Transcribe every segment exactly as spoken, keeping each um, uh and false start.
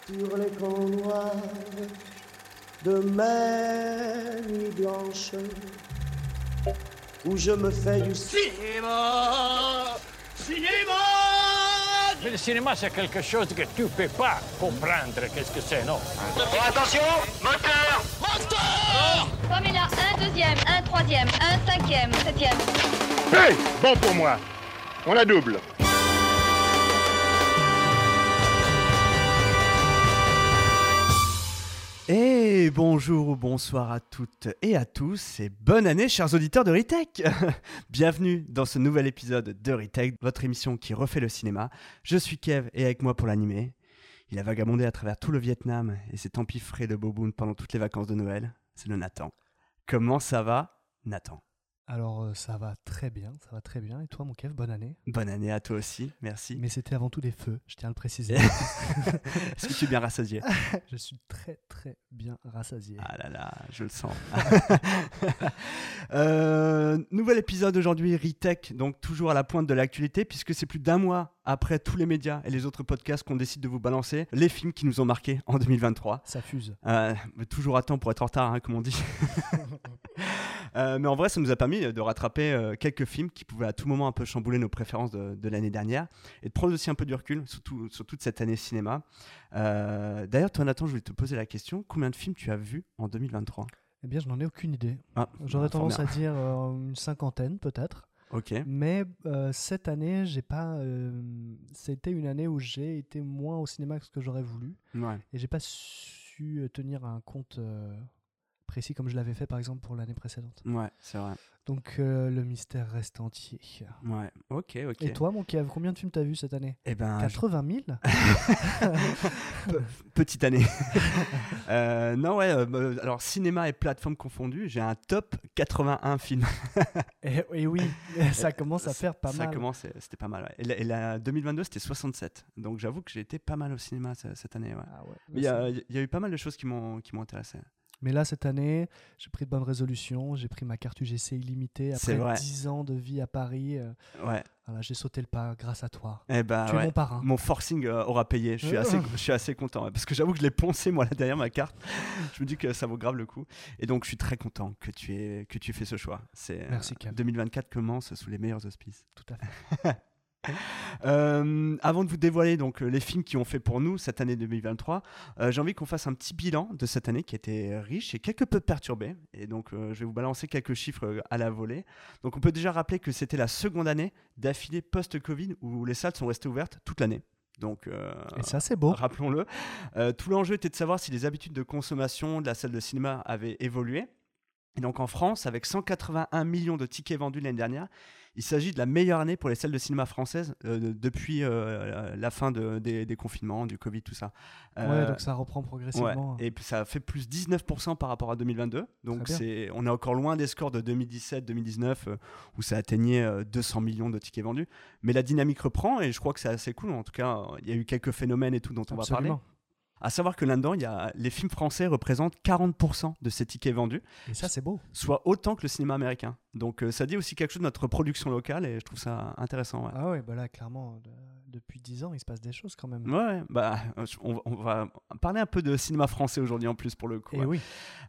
Sur les camps noirs de mes nuits blanches, où je me fais du cinéma, cinéma. Mais le cinéma, c'est quelque chose que tu peux pas comprendre. Qu'est-ce que c'est, non? Attention, moteur, moteur. Comme il y a un deuxième, un troisième, un cinquième, septième. Hey, bon pour moi. On la double. Et bonjour ou bonsoir à toutes et à tous et bonne année chers auditeurs de Ritech. Bienvenue dans ce nouvel épisode de Ritech, votre émission qui refait le cinéma. Je suis Kev et avec moi pour l'animer, il a vagabondé à travers tout le Vietnam et s'est empiffré de boboon pendant toutes les vacances de Noël. C'est le Nathan. Comment ça va, Nathan? Alors euh, ça va très bien, ça va très bien. Et toi mon Kev, bonne année. Bonne année à toi aussi, merci. Mais c'était avant tout des feux, je tiens à le préciser. Est-ce que tu es bien rassasié? Je suis très très bien rassasié. Ah là là, je le sens. euh, nouvel épisode aujourd'hui, Ritech, donc toujours à la pointe de l'actualité, puisque c'est plus d'un mois après tous les médias et les autres podcasts qu'on décide de vous balancer les films qui nous ont marqués en deux mille vingt-trois. Ça fuse. Euh, toujours à temps pour être en retard, hein, comme on dit. euh, mais en vrai, ça nous a permis de rattraper euh, quelques films qui pouvaient à tout moment un peu chambouler nos préférences de, de l'année dernière et de prendre aussi un peu du recul sur, tout, sur toute cette année cinéma. Euh, d'ailleurs, toi Nathan, je voulais te poser la question, combien de films tu as vus en deux mille vingt-trois? Eh bien, je n'en ai aucune idée. Ah, J'aurais ah, tendance à dire euh, une cinquantaine peut-être. Ok. Mais euh, cette année, j'ai pas. Euh, c'était une année où j'ai été moins au cinéma que ce que j'aurais voulu. Ouais. Et j'ai pas su tenir un compte euh, précis comme je l'avais fait par exemple pour l'année précédente. Ouais, c'est vrai. Donc euh, le mystère reste entier. Ouais, ok, ok. Et toi, mon Kev, combien de films t'as vu cette année? Eh ben, quatre-vingt mille Pe- Petite année. euh, non, ouais, euh, alors cinéma et plateforme confondues, j'ai un top quatre-vingt-un films. et, et oui, ça commence à faire pas ça mal. Commence, c'était pas mal, ouais. Et la, et la deux mille vingt-deux, c'était soixante-sept. Donc j'avoue que j'ai été pas mal au cinéma cette, cette année, ouais. Ah ouais, Mais il y, a- y a eu pas mal de choses qui m'ont, qui m'ont intéressé. Mais là, cette année, j'ai pris de bonnes résolutions. J'ai pris ma carte U G C illimitée après dix ans de vie à Paris. Euh, Ouais. voilà, j'ai sauté le pas grâce à toi. Eh ben, Tu ouais. es mon parrain. Mon forcing euh, aura payé. Je suis, assez, je suis assez content. Ouais, parce que j'avoue que je l'ai poncé, moi, là, derrière ma carte. Je me dis que ça vaut grave le coup. Et donc, je suis très content que tu aies, que tu aies fait ce choix. C'est, Merci, Cam. deux mille vingt-quatre commence sous les meilleurs auspices. Tout à fait. Euh, avant de vous dévoiler donc les films qui ont fait pour nous cette année deux mille vingt-trois, euh, j'ai envie qu'on fasse un petit bilan de cette année qui était riche et quelque peu perturbée. Et donc, euh, je vais vous balancer quelques chiffres à la volée. Donc, on peut déjà rappeler que c'était la seconde année d'affilée post-Covid où les salles sont restées ouvertes toute l'année. Donc, euh, et ça, c'est beau. Rappelons-le. Euh, tout l'enjeu était de savoir si les habitudes de consommation de la salle de cinéma avaient évolué. Et donc, en France, avec cent quatre-vingt-un millions de tickets vendus l'année dernière, il s'agit de la meilleure année pour les salles de cinéma françaises euh, depuis euh, la fin de, des, des confinements, du Covid, tout ça. Euh, ouais, donc ça reprend progressivement. Ouais, et puis ça a fait plus dix-neuf pour cent par rapport à deux mille vingt-deux. Donc c'est, on est encore loin des scores de deux mille dix-sept deux mille dix-neuf euh, où ça atteignait euh, deux cents millions de tickets vendus. Mais la dynamique reprend et je crois que c'est assez cool. En tout cas, il y a eu quelques phénomènes et tout dont on Absolument. va parler. À savoir que là-dedans, il y a, les films français représentent quarante pour cent de ces tickets vendus. Et ça, c'est beau. Soit autant que le cinéma américain. Donc euh, ça dit aussi quelque chose de notre production locale et je trouve ça intéressant. Ouais. Ah ouais, bah là, clairement, de, depuis dix ans, il se passe des choses quand même. Ouais, bah, on, on va parler un peu de cinéma français aujourd'hui en plus pour le coup. Et ouais. oui.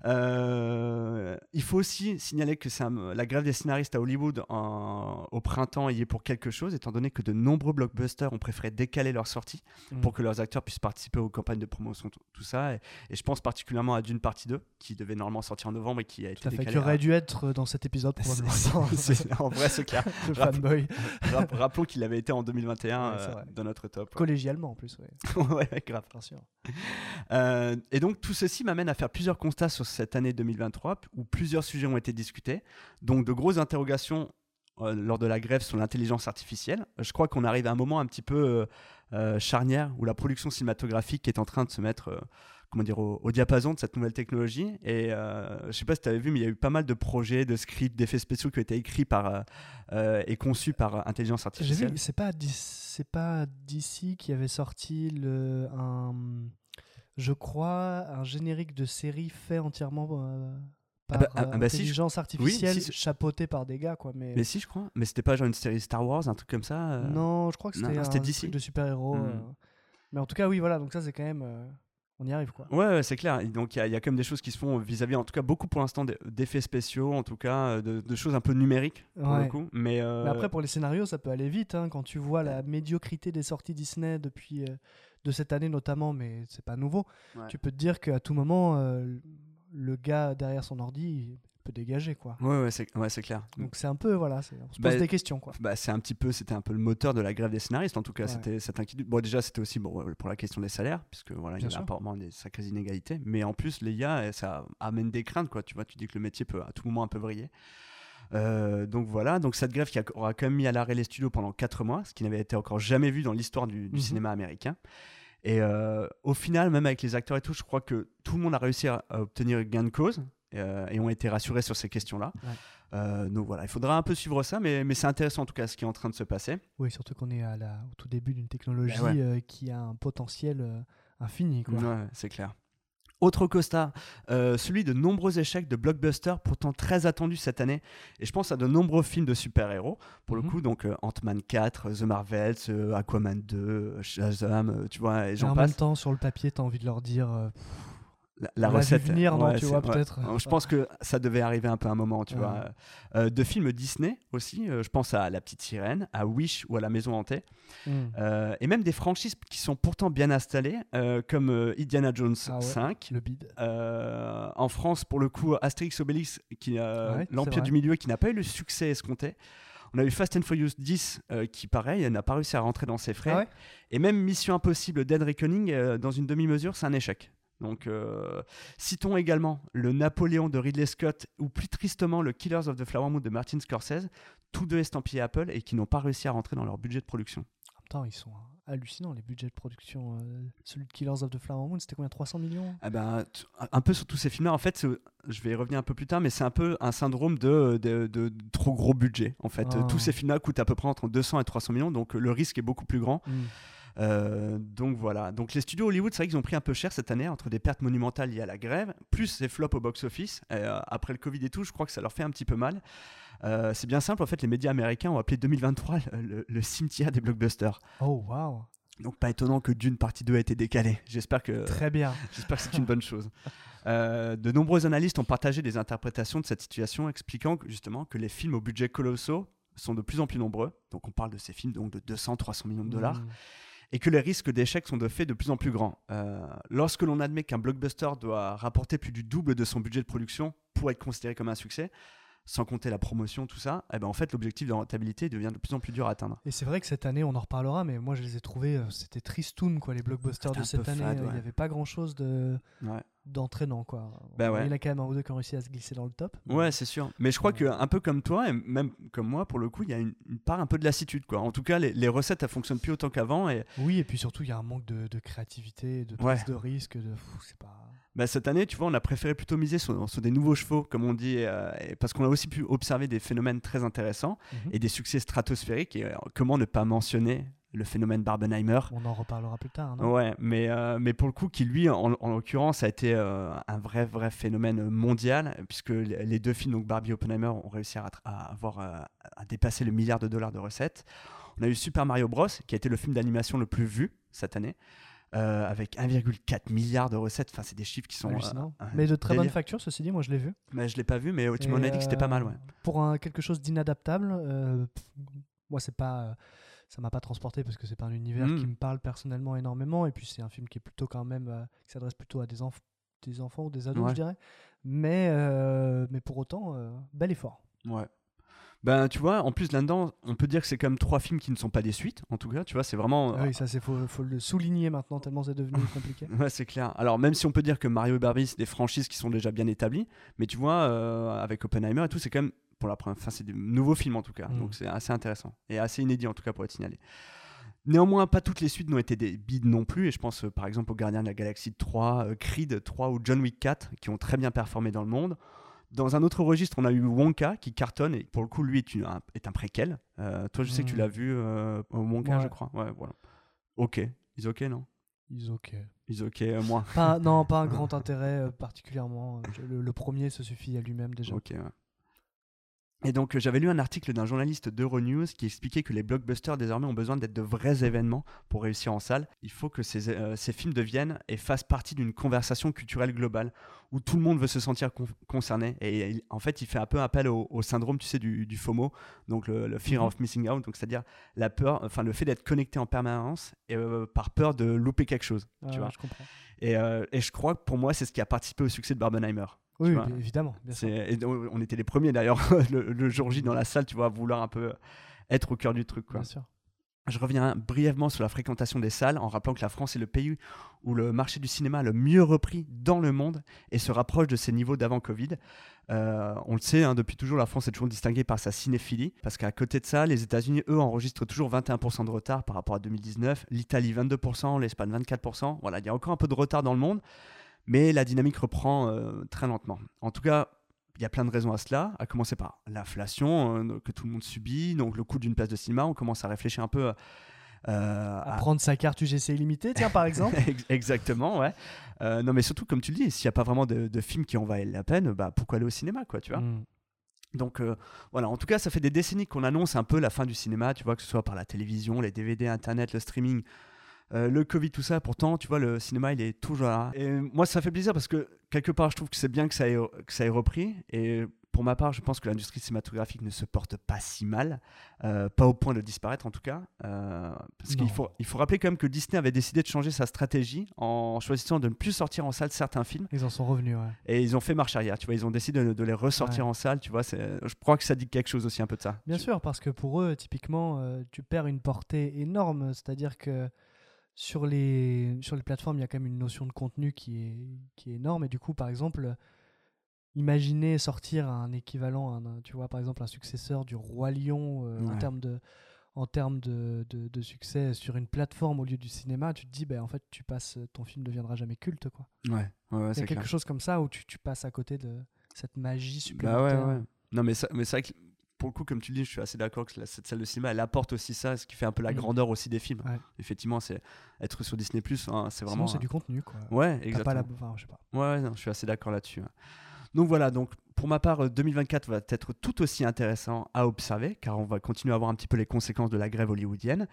Euh, il faut aussi signaler que c'est un, la grève des scénaristes à Hollywood en, au printemps y est pour quelque chose, étant donné que de nombreux blockbusters ont préféré décaler leur sortie mmh. pour que leurs acteurs puissent participer aux campagnes de promotion, tout, tout ça. Et, et je pense particulièrement à Dune partie deux, qui devait normalement sortir en novembre et qui a été tout à fait, décalé. Qui aurait à... dû être dans cet épisode probablement. C'est, c'est, en vrai, c'est clair. Le fanboy. Rapp- rappelons qu'il avait été en deux mille vingt et un ouais, euh, dans notre top. Ouais. Collégialement en plus, ouais. Ouais, grave. Bien sûr. Euh, et donc tout ceci m'amène à faire plusieurs constats sur cette année deux mille vingt-trois où plusieurs sujets ont été discutés. Donc de grosses interrogations euh, lors de la grève sur l'intelligence artificielle. Je crois qu'on arrive à un moment un petit peu euh, euh, charnière où la production cinématographique est en train de se mettre euh, comment dire, au, au diapason de cette nouvelle technologie. Et euh, je ne sais pas si tu avais vu, mais il y a eu pas mal de projets, de scripts, d'effets spéciaux qui ont été écrits par, euh, et conçus par intelligence artificielle. J'ai vu, c'est pas, c'est pas D C qui avait sorti le, un, je crois, un générique de série fait entièrement euh, par ah bah, ah bah intelligence si je... artificielle, oui, si, chapeautée par des gars, quoi. Mais... mais si, je crois. Mais c'était pas genre une série Star Wars, un truc comme ça euh... Non, je crois que c'était, non, un c'était D C truc de super-héros. mm. Euh... Mais en tout cas, oui, voilà. Donc ça, c'est quand même... Euh... on y arrive quoi. Ouais, ouais, c'est clair. Et donc il y, y a quand même des choses qui se font vis-à-vis, en tout cas beaucoup pour l'instant, d'effets spéciaux, en tout cas de, de choses un peu numériques pour ouais. le coup. Mais, euh... mais après pour les scénarios, ça peut aller vite hein, quand tu vois la médiocrité des sorties Disney depuis euh, de cette année notamment, mais c'est pas nouveau. Ouais. Tu peux te dire qu'à tout moment, euh, le gars derrière son ordi peut dégager quoi. Ouais, ouais, c'est, ouais, c'est clair. Donc c'est un peu voilà, c'est, on se bah, pose des questions quoi. Bah, c'est un petit peu, c'était un peu le moteur de la grève des scénaristes en tout cas. Ouais. C'était cette inquiétude. Bon déjà c'était aussi bon pour la question des salaires puisque voilà Bien il y a apparemment des sacrées inégalités. Mais en plus les I A ça amène des craintes quoi. Tu vois, tu dis que le métier peut à tout moment un peu vriller. Euh, donc voilà, donc cette grève qui a, aura quand même mis à l'arrêt les studios pendant quatre mois, ce qui n'avait été encore jamais vu dans l'histoire du, du mmh. cinéma américain. Et euh, au final, même avec les acteurs et tout, je crois que tout le monde a réussi à, à obtenir gain de cause. Euh, et ont été rassurés sur ces questions-là. Ouais. Euh, donc voilà, il faudra un peu suivre ça, mais, mais c'est intéressant en tout cas ce qui est en train de se passer. Oui, surtout qu'on est à la, au tout début d'une technologie ouais. euh, qui a un potentiel euh, infini. Quoi. Ouais, c'est clair. Autre constat, euh, celui de nombreux échecs de blockbusters pourtant très attendus cette année. Et je pense à de nombreux films de super-héros. Pour mm-hmm. le coup, donc euh, Ant-Man quatre, The Marvels, euh, Aquaman deux, Shazam, euh, tu vois, et j'en et en passe. En même temps, sur le papier, tu as envie de leur dire... Euh, La, la recette, venir, non, ouais, tu vois, peut-être. Ouais. Je pense que ça devait arriver un peu un moment, tu ouais. vois. Euh, de films Disney aussi, euh, je pense à La Petite Sirène, à Wish ou à La Maison Hantée. Mm. Euh, et même des franchises qui sont pourtant bien installées, euh, comme euh, Indiana Jones ah ouais, cinq. Le bide. Euh, en France, pour le coup, Astérix Obélix, qui, euh, ouais, l'Empire du Milieu, qui n'a pas eu le succès escompté. On a eu Fast and Furious dix, euh, qui pareil, n'a pas réussi à rentrer dans ses frais. Ah ouais. Et même Mission Impossible Dead Reckoning, euh, dans une demi-mesure, c'est un échec. Donc, euh, citons également le Napoléon de Ridley Scott ou plus tristement le Killers of the Flower Moon de Martin Scorsese, tous deux estampillés Apple et qui n'ont pas réussi à rentrer dans leur budget de production. En même temps, ils sont hallucinants les budgets de production. Euh, celui de Killers of the Flower Moon, c'était combien, trois cents millions? Ah ben, t- un peu sur tous ces films-là. En fait, je vais y revenir un peu plus tard, mais c'est un peu un syndrome de, de, de, de trop gros budget. En fait, ah. tous ces films-là coûtent à peu près entre deux cents et trois cents millions, donc le risque est beaucoup plus grand. Mm. Euh, donc voilà, donc les studios Hollywood, c'est vrai qu'ils ont pris un peu cher cette année entre des pertes monumentales liées à la grève, plus ces flops au box-office. Euh, après le Covid et tout, je crois que ça leur fait un petit peu mal. Euh, c'est bien simple, en fait, les médias américains ont appelé deux mille vingt-trois le, le, le cimetière des blockbusters. Oh waouh! Donc pas étonnant que Dune partie deux a été décalée. J'espère que très bien. J'espère que c'est une bonne chose. Euh, de nombreux analystes ont partagé des interprétations de cette situation, expliquant que, justement que les films au budget colossaux sont de plus en plus nombreux. Donc on parle de ces films donc de deux cents à trois cents millions de dollars. Mmh. Et que les risques d'échec sont de fait de plus en plus grands. Euh, lorsque l'on admet qu'un blockbuster doit rapporter plus du double de son budget de production pour être considéré comme un succès, sans compter la promotion, tout ça, eh ben en fait, l'objectif de rentabilité devient de plus en plus dur à atteindre. Et c'est vrai que cette année, on en reparlera, mais moi je les ai trouvés, euh, c'était tristoun, quoi, les blockbusters c'était de cette année. Il ouais. n'y avait pas grand-chose de... ouais. d'entraînant, quoi. Bah ouais. Il y en a quand même un ou deux qui ont réussi à se glisser dans le top. Mais... Ouais, c'est sûr. Mais je crois ouais. qu'un peu comme toi, et même comme moi, pour le coup, il y a une, une part un peu de lassitude, quoi. En tout cas, les, les recettes, elles fonctionnent plus autant qu'avant. Et... Oui, et puis surtout, il y a un manque de, de créativité, de prise ouais. de risque. De... Pff, c'est pas... Bah, cette année, tu vois, on a préféré plutôt miser sur, sur des nouveaux chevaux, comme on dit, euh, et parce qu'on a aussi pu observer des phénomènes très intéressants mm-hmm. et des succès stratosphériques. Et euh, comment ne pas mentionner le phénomène Barbenheimer. On en reparlera plus tard, non ? Ouais, mais, euh, mais pour le coup, qui lui, en, en l'occurrence, a été euh, un vrai, vrai phénomène mondial, puisque les deux films, donc Barbie et Oppenheimer, ont réussi à, à, avoir, euh, à dépasser le milliard de dollars de recettes. On a eu Super Mario Bros, qui a été le film d'animation le plus vu cette année. Euh, avec un virgule quatre milliard de recettes, enfin c'est des chiffres qui sont hallucinants. Euh, mais de très délire. Bonne facture, ceci dit, moi je l'ai vu. Mais je l'ai pas vu, mais tu m'en as dit que c'était pas mal, ouais. Pour un, quelque chose d'inadaptable, euh, moi c'est pas, ça m'a pas transporté parce que c'est pas un univers mmh. qui me parle personnellement énormément, et puis c'est un film qui est plutôt quand même, euh, qui s'adresse plutôt à des, enf- des enfants ou des ados, ouais. je dirais. Mais, euh, mais pour autant, euh, bel effort. Ouais. Ben, tu vois, en plus là-dedans, on peut dire que c'est quand même trois films qui ne sont pas des suites, en tout cas, tu vois, c'est vraiment... Ah oui, ça, c'est faut, faut le souligner maintenant, tellement c'est devenu compliqué. Ouais, c'est clair. Alors, même si on peut dire que Mario et Barbie, c'est des franchises qui sont déjà bien établies, mais tu vois, euh, avec Oppenheimer et tout, c'est quand même, pour la première fois, c'est des nouveaux films, en tout cas, mmh. donc c'est assez intéressant, et assez inédit, en tout cas, pour être signalé. Néanmoins, pas toutes les suites n'ont été des bides non plus, et je pense, euh, par exemple, aux Gardiens de la Galaxie trois, euh, Creed trois ou John Wick quatre, qui ont très bien performé dans le monde. Dans un autre registre, on a eu Wonka qui cartonne et pour le coup, lui est, une, un, est un préquel. Euh, toi, je sais mmh. que tu l'as vu, euh, Wonka, ouais. je crois. Ouais, voilà. Ok. Ils ok, non ? Ils ok. Ils ok, euh, moins. Pas, non, pas un grand intérêt euh, particulièrement. Le, le premier se suffit à lui-même déjà. Ok, ouais. Et donc, euh, j'avais lu un article d'un journaliste d'Euronews qui expliquait que les blockbusters, désormais, ont besoin d'être de vrais événements pour réussir en salle. Il faut que ces, euh, ces films deviennent et fassent partie d'une conversation culturelle globale où tout le monde veut se sentir con- concerné. Et il- en fait, il fait un peu appel au, au syndrome, tu sais, du, du FOMO, donc le, le Fear Mhm. of Missing Out, donc c'est-à-dire la peur, enfin le fait d'être connecté en permanence et, euh, par peur de louper quelque chose. Ah tu ouais, vois. je comprends. Et, euh, et je crois que pour moi, c'est ce qui a participé au succès de Barbenheimer. Oui, vois. bien évidemment. Bien sûr. C'est- et on on était les premiers d'ailleurs le, le jour J dans la salle, tu vois, à vouloir un peu être au cœur du truc, quoi. Bien sûr. Je reviens brièvement sur la fréquentation des salles en rappelant que la France est le pays où le marché du cinéma a le mieux repris dans le monde et se rapproche de ses niveaux d'avant Covid. Euh, on le sait, hein, depuis toujours, la France est toujours distinguée par sa cinéphilie, parce qu'à côté de ça, les États-Unis, eux, enregistrent toujours vingt et un pour cent de retard par rapport à deux mille dix-neuf, l'Italie vingt-deux pour cent, l'Espagne vingt-quatre pour cent. Voilà, il y a encore un peu de retard dans le monde, mais la dynamique reprend euh, très lentement. En tout cas, il y a plein de raisons à cela, à commencer par l'inflation euh, que tout le monde subit, donc le coût d'une place de cinéma. On commence à réfléchir un peu euh, À à prendre sa carte U G C illimitée, tiens, par exemple. Ex- Exactement, ouais. Euh, non, mais surtout, comme tu le dis, s'il n'y a pas vraiment de, de film qui en valent la peine, bah, pourquoi aller au cinéma, quoi, tu vois. Mm. Donc, euh, voilà, en tout cas, ça fait des décennies qu'on annonce un peu la fin du cinéma, tu vois, que ce soit par la télévision, les D V D, Internet, le streaming, euh, le Covid, tout ça. Pourtant, tu vois, le cinéma, il est toujours là. Et moi, ça fait plaisir parce que, quelque part, je trouve que c'est bien que ça ait, que ça ait repris. Et pour ma part, je pense que l'industrie cinématographique ne se porte pas si mal, euh, pas au point de disparaître en tout cas. Euh, parce Non. qu'il faut, il faut rappeler quand même que Disney avait décidé de changer sa stratégie en choisissant de ne plus sortir en salle certains films. Ils en sont revenus, ouais. Et ils ont fait marche arrière, tu vois, ils ont décidé de, de les ressortir Ouais. en salle, tu vois. C'est, je crois que ça dit quelque chose aussi un peu de ça. Bien sûr, parce que pour eux, typiquement, euh, tu perds une portée énorme. C'est-à-dire que sur les, sur les plateformes, il y a quand même une notion de contenu qui est, qui est énorme. Et du coup, par exemple, imaginez sortir un équivalent, un, un- tu vois, par exemple, un successeur du Roi Lion euh, en Ouais. termes de en termes de, de, de succès sur une plateforme au lieu du cinéma, tu te dis, ben en fait, tu passes, ton film ne deviendra jamais culte, quoi. Ouais, ouais, ouais, Il y c'est a quelque clair. chose comme ça où tu, tu passes à côté de cette magie Bah supplémentaire. ouais, ouais. Non, mais, ça, mais c'est vrai que pour le coup, comme tu le dis, je suis assez d'accord que la- cette salle de cinéma, elle apporte aussi ça, ce qui fait un peu la Mm. grandeur aussi des films. Ouais. Effectivement, c'est être sur Disney plus, hein, c'est Sinon, vraiment. c'est du contenu, quoi. Ouais, T'as exactement. pas la... Enfin, je sais pas. Ouais, ouais, non, je suis assez d'accord là-dessus. ouais. Donc voilà, donc pour ma part, euh, deux mille vingt-quatre va être tout aussi intéressant à observer, car on va continuer à voir un petit peu les conséquences de la grève hollywoodienne.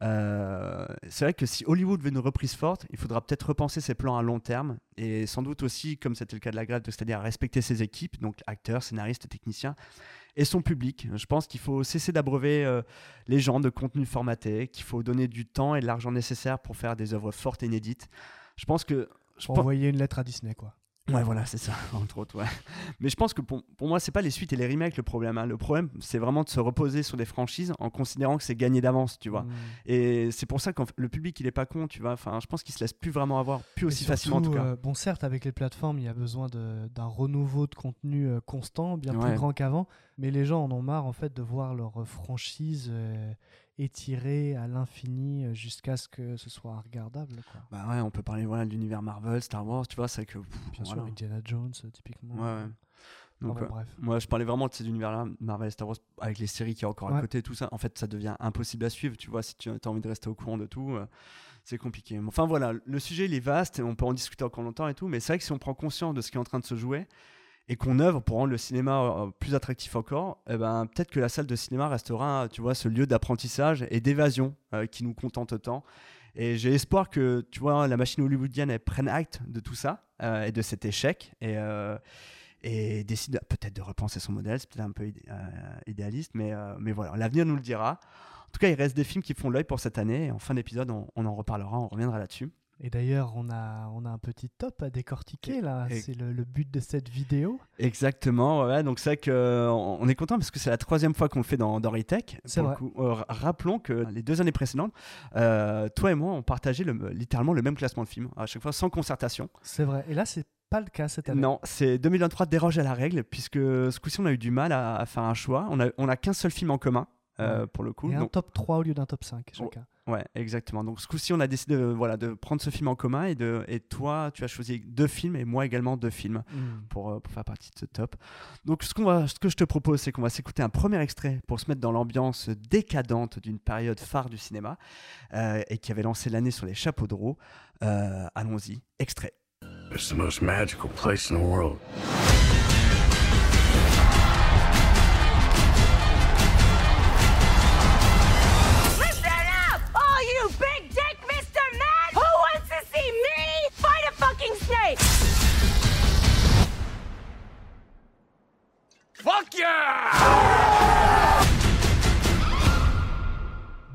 Euh, c'est vrai que si Hollywood veut une reprise forte, il faudra peut-être repenser ses plans à long terme, et sans doute aussi, comme c'était le cas de la grève, c'est-à-dire respecter ses équipes, donc acteurs, scénaristes, techniciens, et son public. Je pense qu'il faut cesser d'abreuver euh, les gens de contenu formaté, qu'il faut donner du temps et de l'argent nécessaire pour faire des œuvres fortes et inédites. Je pense que... Je Pour pense- envoyer une lettre à Disney, quoi. Ouais, voilà, c'est ça, entre autres, ouais. Mais je pense que pour, pour moi, c'est pas les suites et les remakes le problème. hein. Le problème, c'est vraiment de se reposer sur des franchises en considérant que c'est gagné d'avance, tu vois. Mm. Et c'est pour ça que le public, il est pas con, tu vois. Enfin, je pense qu'il se laisse plus vraiment avoir, plus Et aussi facilement en tout surtout, cas. euh, bon, certes, avec les plateformes, il y a besoin de- d'un renouveau de contenu euh, constant, bien Ouais. plus grand qu'avant. Mais les gens en ont marre, en fait, de voir leur euh, franchise euh, étirée à l'infini euh, jusqu'à ce que ce soit regardable, quoi. Bah ouais, on peut parler voilà, de l'univers Marvel, Star Wars, tu vois, c'est que. pff, Bien voilà. sûr, Indiana Jones, euh, typiquement. Ouais, ouais. Donc, Enfin, euh, bref. moi, je parlais vraiment de ces univers-là, Marvel et Star Wars, avec les séries qu'il y a encore à Ouais. côté, tout ça. En fait, ça devient impossible à suivre, tu vois, si tu as envie de rester au courant de tout. euh, c'est compliqué. Enfin voilà, le sujet il est vaste et on peut en discuter encore longtemps et tout, mais c'est vrai que si on prend conscience de ce qui est en train de se jouer et qu'on œuvre pour rendre le cinéma euh, plus attractif encore, eh ben, peut-être que la salle de cinéma restera, tu vois, ce lieu d'apprentissage et d'évasion euh, qui nous contente tant. Et j'ai espoir que, tu vois, la machine hollywoodienne elle prenne acte de tout ça euh, et de cet échec et, euh, et décide peut-être de repenser son modèle. C'est peut-être un peu idé- euh, idéaliste, mais, euh, mais voilà, l'avenir nous le dira. En tout cas, il reste des films qui font l'œil pour cette année. Et en fin d'épisode, on, on en reparlera, on reviendra là-dessus. Et d'ailleurs, on a, on a un petit top à décortiquer, là. Et- C'est le, le but de cette vidéo. Exactement, ouais. Donc c'est vrai qu'on on est content parce que c'est la troisième fois qu'on le fait dans, dans Retech. C'est Pour le vrai. coup. Euh, rappelons que les deux années précédentes, euh, toi et moi, on partageait le- littéralement le même classement de films, à chaque fois sans concertation. C'est vrai. Et là, c'est pas le cas cette année. Non, c'est deux mille vingt-trois déroge à la règle, puisque ce coup-ci, on a eu du mal à, à faire un choix. On a, on a qu'un seul film en commun, euh, Ouais. pour le coup. Et un Donc- top trois au lieu d'un top cinq, chacun. Ouais, exactement. Donc ce coup-ci, on a décidé de, voilà, de prendre ce film en commun et, de, et toi, tu as choisi deux films et moi également deux films Mm. pour, euh, pour faire partie de ce top. Donc ce, qu'on va, ce que je te propose, c'est qu'on va s'écouter un premier extrait pour se mettre dans l'ambiance décadente d'une période phare du cinéma euh, et qui avait lancé l'année sur les chapeaux de roue. Euh, allons-y, extrait. It's the most magical place in the world.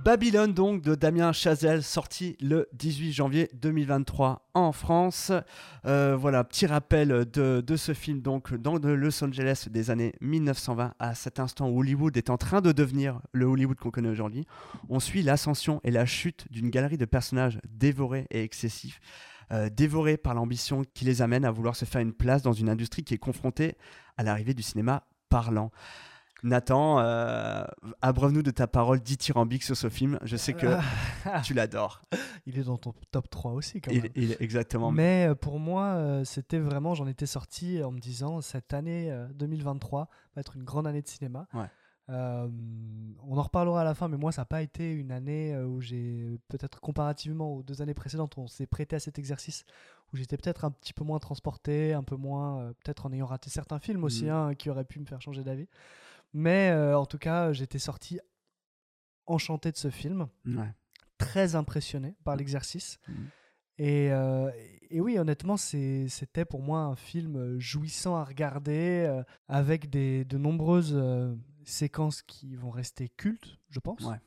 Babylone donc de Damien Chazelle, sorti le dix-huit janvier deux mille vingt-trois en France. Euh, voilà, petit rappel de, de ce film donc dans de Los Angeles des années mille neuf cent vingt, à cet instant où Hollywood est en train de devenir le Hollywood qu'on connaît aujourd'hui. On suit l'ascension et la chute d'une galerie de personnages dévorés et excessifs, euh, dévorés par l'ambition qui les amène à vouloir se faire une place dans une industrie qui est confrontée à l'arrivée du cinéma parlant. Nathan, euh, abreuve-nous de ta parole dithyrambique sur ce film. Je sais que tu l'adores. Il est dans ton top trois aussi, quand il, même. il, exactement. Mais euh, pour moi, euh, c'était vraiment... J'en étais sorti en me disant, cette année euh, deux mille vingt-trois va être une grande année de cinéma. Ouais. Euh, on en reparlera à la fin, mais moi, ça n'a pas été une année euh, où j'ai... Peut-être comparativement aux deux années précédentes, on s'est prêté à cet exercice, où j'étais peut-être un petit peu moins transporté, un peu moins... Euh, peut-être en ayant raté certains films aussi, mmh. hein, qui auraient pu me faire changer d'avis. Mais euh, en tout cas, j'étais sorti enchanté de ce film, ouais. très impressionné par l'exercice. Mmh. Et, euh, et oui, honnêtement, c'est, c'était pour moi un film jouissant à regarder, euh, avec des, de nombreuses euh, séquences qui vont rester cultes, je pense. Ouais.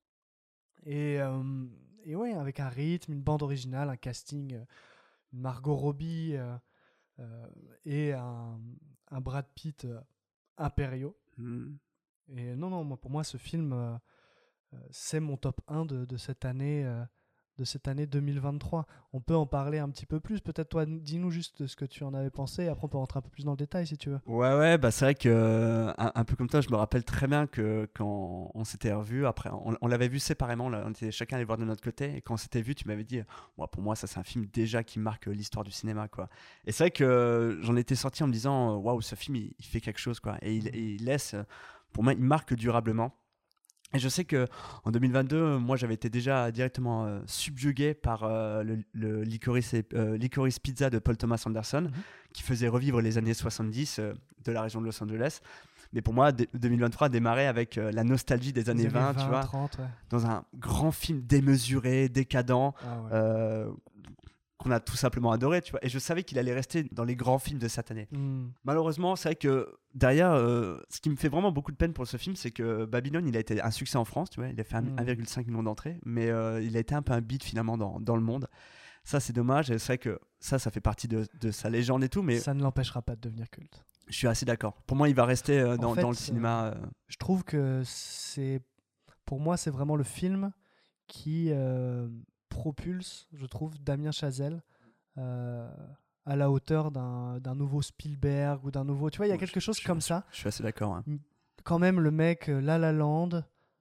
Et, euh, et oui, avec un rythme, une bande originale, un casting, euh, une Margot Robbie euh, euh, et un, un Brad Pitt euh, impériaux. Mmh. Et non, non, moi, pour moi, ce film, euh, euh, c'est mon top un de, de, cette année, euh, de cette année deux mille vingt-trois. On peut en parler un petit peu plus. Peut-être, toi, dis-nous juste ce que tu en avais pensé. Après, on peut rentrer un peu plus dans le détail, si tu veux. Ouais, ouais, bah c'est vrai que, euh, un, un peu comme toi, je me rappelle très bien que quand on s'était revus, après, on, on l'avait vu séparément, là, on était chacun allé voir de notre côté. Et quand on s'était vu, tu m'avais dit, ouais, pour moi, ça, c'est un film déjà qui marque l'histoire du cinéma, quoi. Et c'est vrai que j'en étais sorti en me disant, waouh, ce film, il, il fait quelque chose, quoi. Et il, et il laisse... Pour moi, il marque durablement. Et je sais qu'en deux mille vingt-deux, moi, j'avais été déjà directement euh, subjugué par euh, le, le Licorice, euh, Licorice Pizza de Paul Thomas Anderson, mm-hmm. qui faisait revivre les années soixante-dix euh, de la région de Los Angeles. Mais pour moi, d- deux mille vingt-trois a démarré avec euh, la nostalgie des années vingt, vingt, tu vois, trente, ouais. Dans un grand film démesuré, décadent, ah ouais. euh, qu'on a tout simplement adoré, tu vois. Et je savais qu'il allait rester dans les grands films de cette année. Mm. Malheureusement, c'est vrai que derrière, euh, ce qui me fait vraiment beaucoup de peine pour ce film, c'est que Babylone, il a été un succès en France, tu vois. Il a fait mm. un virgule cinq million d'entrées, mais euh, il a été un peu un beat finalement dans, dans le monde. Ça, c'est dommage. Et c'est vrai que ça, ça fait partie de, de sa légende et tout, mais ça ne l'empêchera pas de devenir culte. Je suis assez d'accord. Pour moi, il va rester euh, dans, fait, dans le cinéma. Euh... Je trouve que c'est, pour moi, c'est vraiment le film qui euh, propulse, je trouve, Damien Chazelle euh, à la hauteur d'un, d'un nouveau Spielberg ou d'un nouveau... Tu vois, il y a quelque chose je, comme je, ça. Je suis assez d'accord. Hein. Quand même, le mec, La La Land...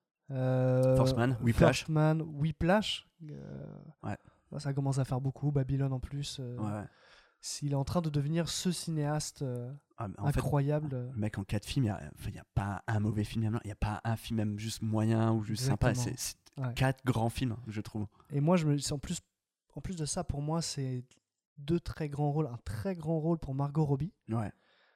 Euh, First Man, Whiplash. First Man, Whiplash. Euh, ouais. Ça commence à faire beaucoup. Babylone en plus. Euh, ouais. S'il est en train de devenir ce cinéaste euh, ah, incroyable. Fait, le mec, en quatre films, il n'y a, a pas un mauvais film. Il n'y a pas un film même juste moyen ou juste Exactement. sympa. C'est, c'est ouais. quatre grands films, je trouve. Et moi, je me, c'est en, plus, en plus de ça, pour moi, c'est deux très grands rôles. Un très grand rôle pour Margot Robbie. Ouais.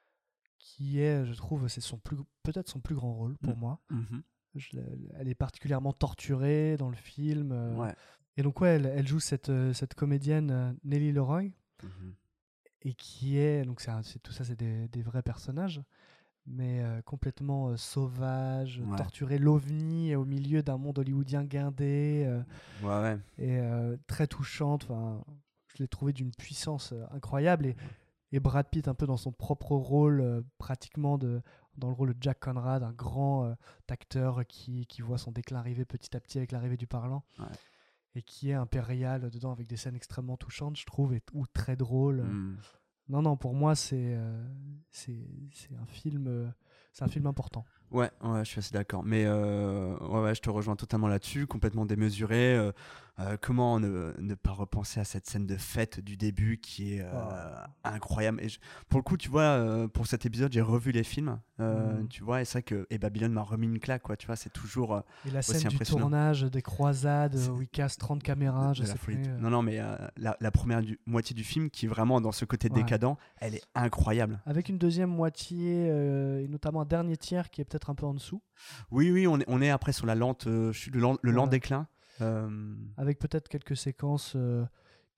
Qui est, je trouve, c'est son plus, peut-être son plus grand rôle pour mmh. moi. Mmh. Je, elle est particulièrement torturée dans le film. Euh, ouais. Et donc, ouais, elle, elle joue cette, cette comédienne euh, Nellie Leroy. Mmh. Et qui est, donc c'est, un, c'est tout ça, c'est des, des vrais personnages, mais euh, complètement euh, sauvages, ouais. torturés, l'ovni au milieu d'un monde hollywoodien guindé. Euh, ouais, ouais. Et euh, très touchante. Enfin, je l'ai trouvé d'une puissance euh, incroyable. Et, et Brad Pitt, un peu dans son propre rôle, euh, pratiquement de. Dans le rôle de Jack Conrad, un grand euh, acteur qui, qui voit son déclin arriver petit à petit avec l'arrivée du parlant, ouais. et qui est impérial dedans avec des scènes extrêmement touchantes, je trouve, et, ou très drôles. Mm. Non, non, pour moi, c'est, euh, c'est, c'est, un film, euh, c'est un film important. Ouais, ouais, je suis assez d'accord. Mais euh, ouais, ouais, je te rejoins totalement là-dessus, complètement démesuré. Euh, euh, comment ne, ne pas repenser à cette scène de fête du début qui est euh, oh. incroyable. Et je, pour le coup, tu vois, euh, pour cet épisode, j'ai revu les films, euh, mmh. tu vois, et c'est vrai que et Babylone m'a remis une claque, quoi. Tu vois, c'est toujours euh, et la aussi scène du tournage des croisades c'est... où il casse trente caméras, je sais plus. Euh... Non, non, mais euh, la, la première du, moitié du film, qui est vraiment dans ce côté ouais. décadent, elle est incroyable. Avec une deuxième moitié, euh, et notamment un dernier tiers qui est peut-être un peu en dessous. Oui, oui, on est, on est après sur la lente, euh, le lent, le lent ouais. déclin. Euh... Avec peut-être quelques séquences euh,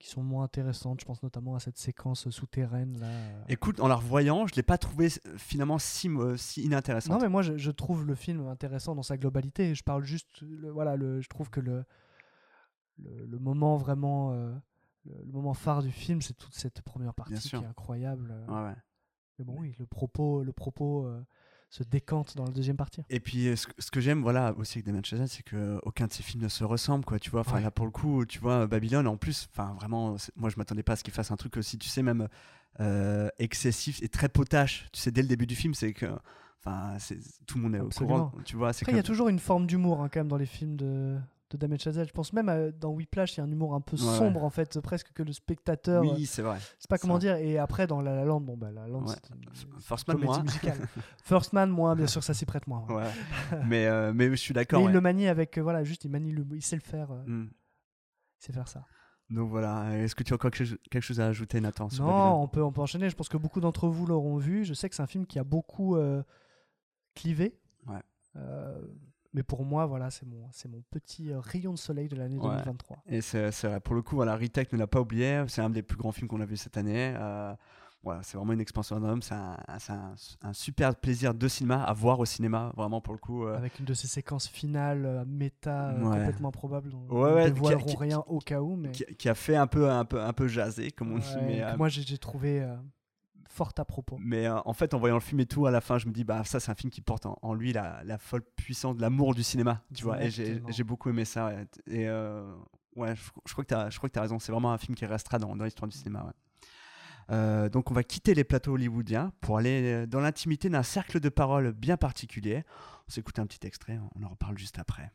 qui sont moins intéressantes. Je pense notamment à cette séquence souterraine là. Écoute, en la revoyant, je l'ai pas trouvé euh, finalement si, euh, si inintéressante. Non, mais moi je, je trouve le film intéressant dans sa globalité. Je parle juste, le, voilà, le, je trouve que le le, le moment vraiment, euh, le, le moment phare du film, c'est toute cette première partie qui est incroyable. Ouais, ouais. Mais bon, oui, le propos, le propos euh, se décante dans la deuxième partie. Et puis ce, ce que j'aime, voilà, aussi avec Damien Chazelle, c'est que aucun de ses films ne se ressemble, quoi. Tu vois, enfin ouais. Là pour le coup, tu vois, Babylone, en plus, enfin vraiment, moi je m'attendais pas à ce qu'il fasse un truc aussi, tu sais, même euh, excessif et très potache. Tu sais, dès le début du film, c'est que, enfin, tout le monde est Absolument. Au courant. Tu vois, c'est Après, il y a toujours une forme d'humour hein, quand même dans les films de. de Damien Chazelle. Je pense même à, dans Whiplash, il y a un humour un peu ouais, sombre ouais. en fait, presque que le spectateur. Oui, c'est vrai. C'est pas c'est comment vrai. dire. Et après dans La La Land, bon bah La La Land, ouais. c'est une, First Man moins. First Man moins, bien sûr, ça s'y prête moins. Ouais. ouais. mais euh, mais je suis d'accord. Mais ouais. il le manie avec euh, voilà, juste il manie le, il sait le faire. Euh, mm. Il sait faire ça. Donc voilà. Est-ce que tu as encore quelque chose à ajouter, Nathan? Non, on peut on peut enchaîner. Je pense que beaucoup d'entre vous l'auront vu. Je sais que c'est un film qui a beaucoup euh, clivé. Ouais. Euh, Mais pour moi, voilà, c'est mon, c'est mon petit rayon de soleil de l'année ouais. deux mille vingt-trois. Et c'est, c'est vrai. Pour le coup, voilà, Retake ne l'a pas oublié. C'est un des plus grands films qu'on a vu cette année. Euh, voilà, c'est vraiment une expansion d'homme. C'est, un, c'est un, un super plaisir de cinéma à voir au cinéma, vraiment pour le coup. Euh... Avec une de ces séquences finales euh, méta euh, ouais. complètement improbables. On ouais, ouais, ne dévoileront rien au cas où. Mais... Qui, qui a fait un peu, un peu, un peu jaser, comme on dit. Ouais, mais, euh... moi, j'ai, j'ai trouvé... Euh... fort à propos. Mais euh, en fait, en voyant le film et tout, à la fin, je me dis, bah ça, c'est un film qui porte en, en lui la, la folle puissance de l'amour du cinéma, tu vois. Et j'ai, j'ai beaucoup aimé ça. Ouais. Et euh, ouais, je, je crois que t'as, je crois que t'as raison. C'est vraiment un film qui restera dans, dans l'histoire du cinéma. Ouais. Euh, donc, on va quitter les plateaux hollywoodiens pour aller dans l'intimité d'un cercle de parole bien particulier. On s'écoute un petit extrait. On en reparle juste après.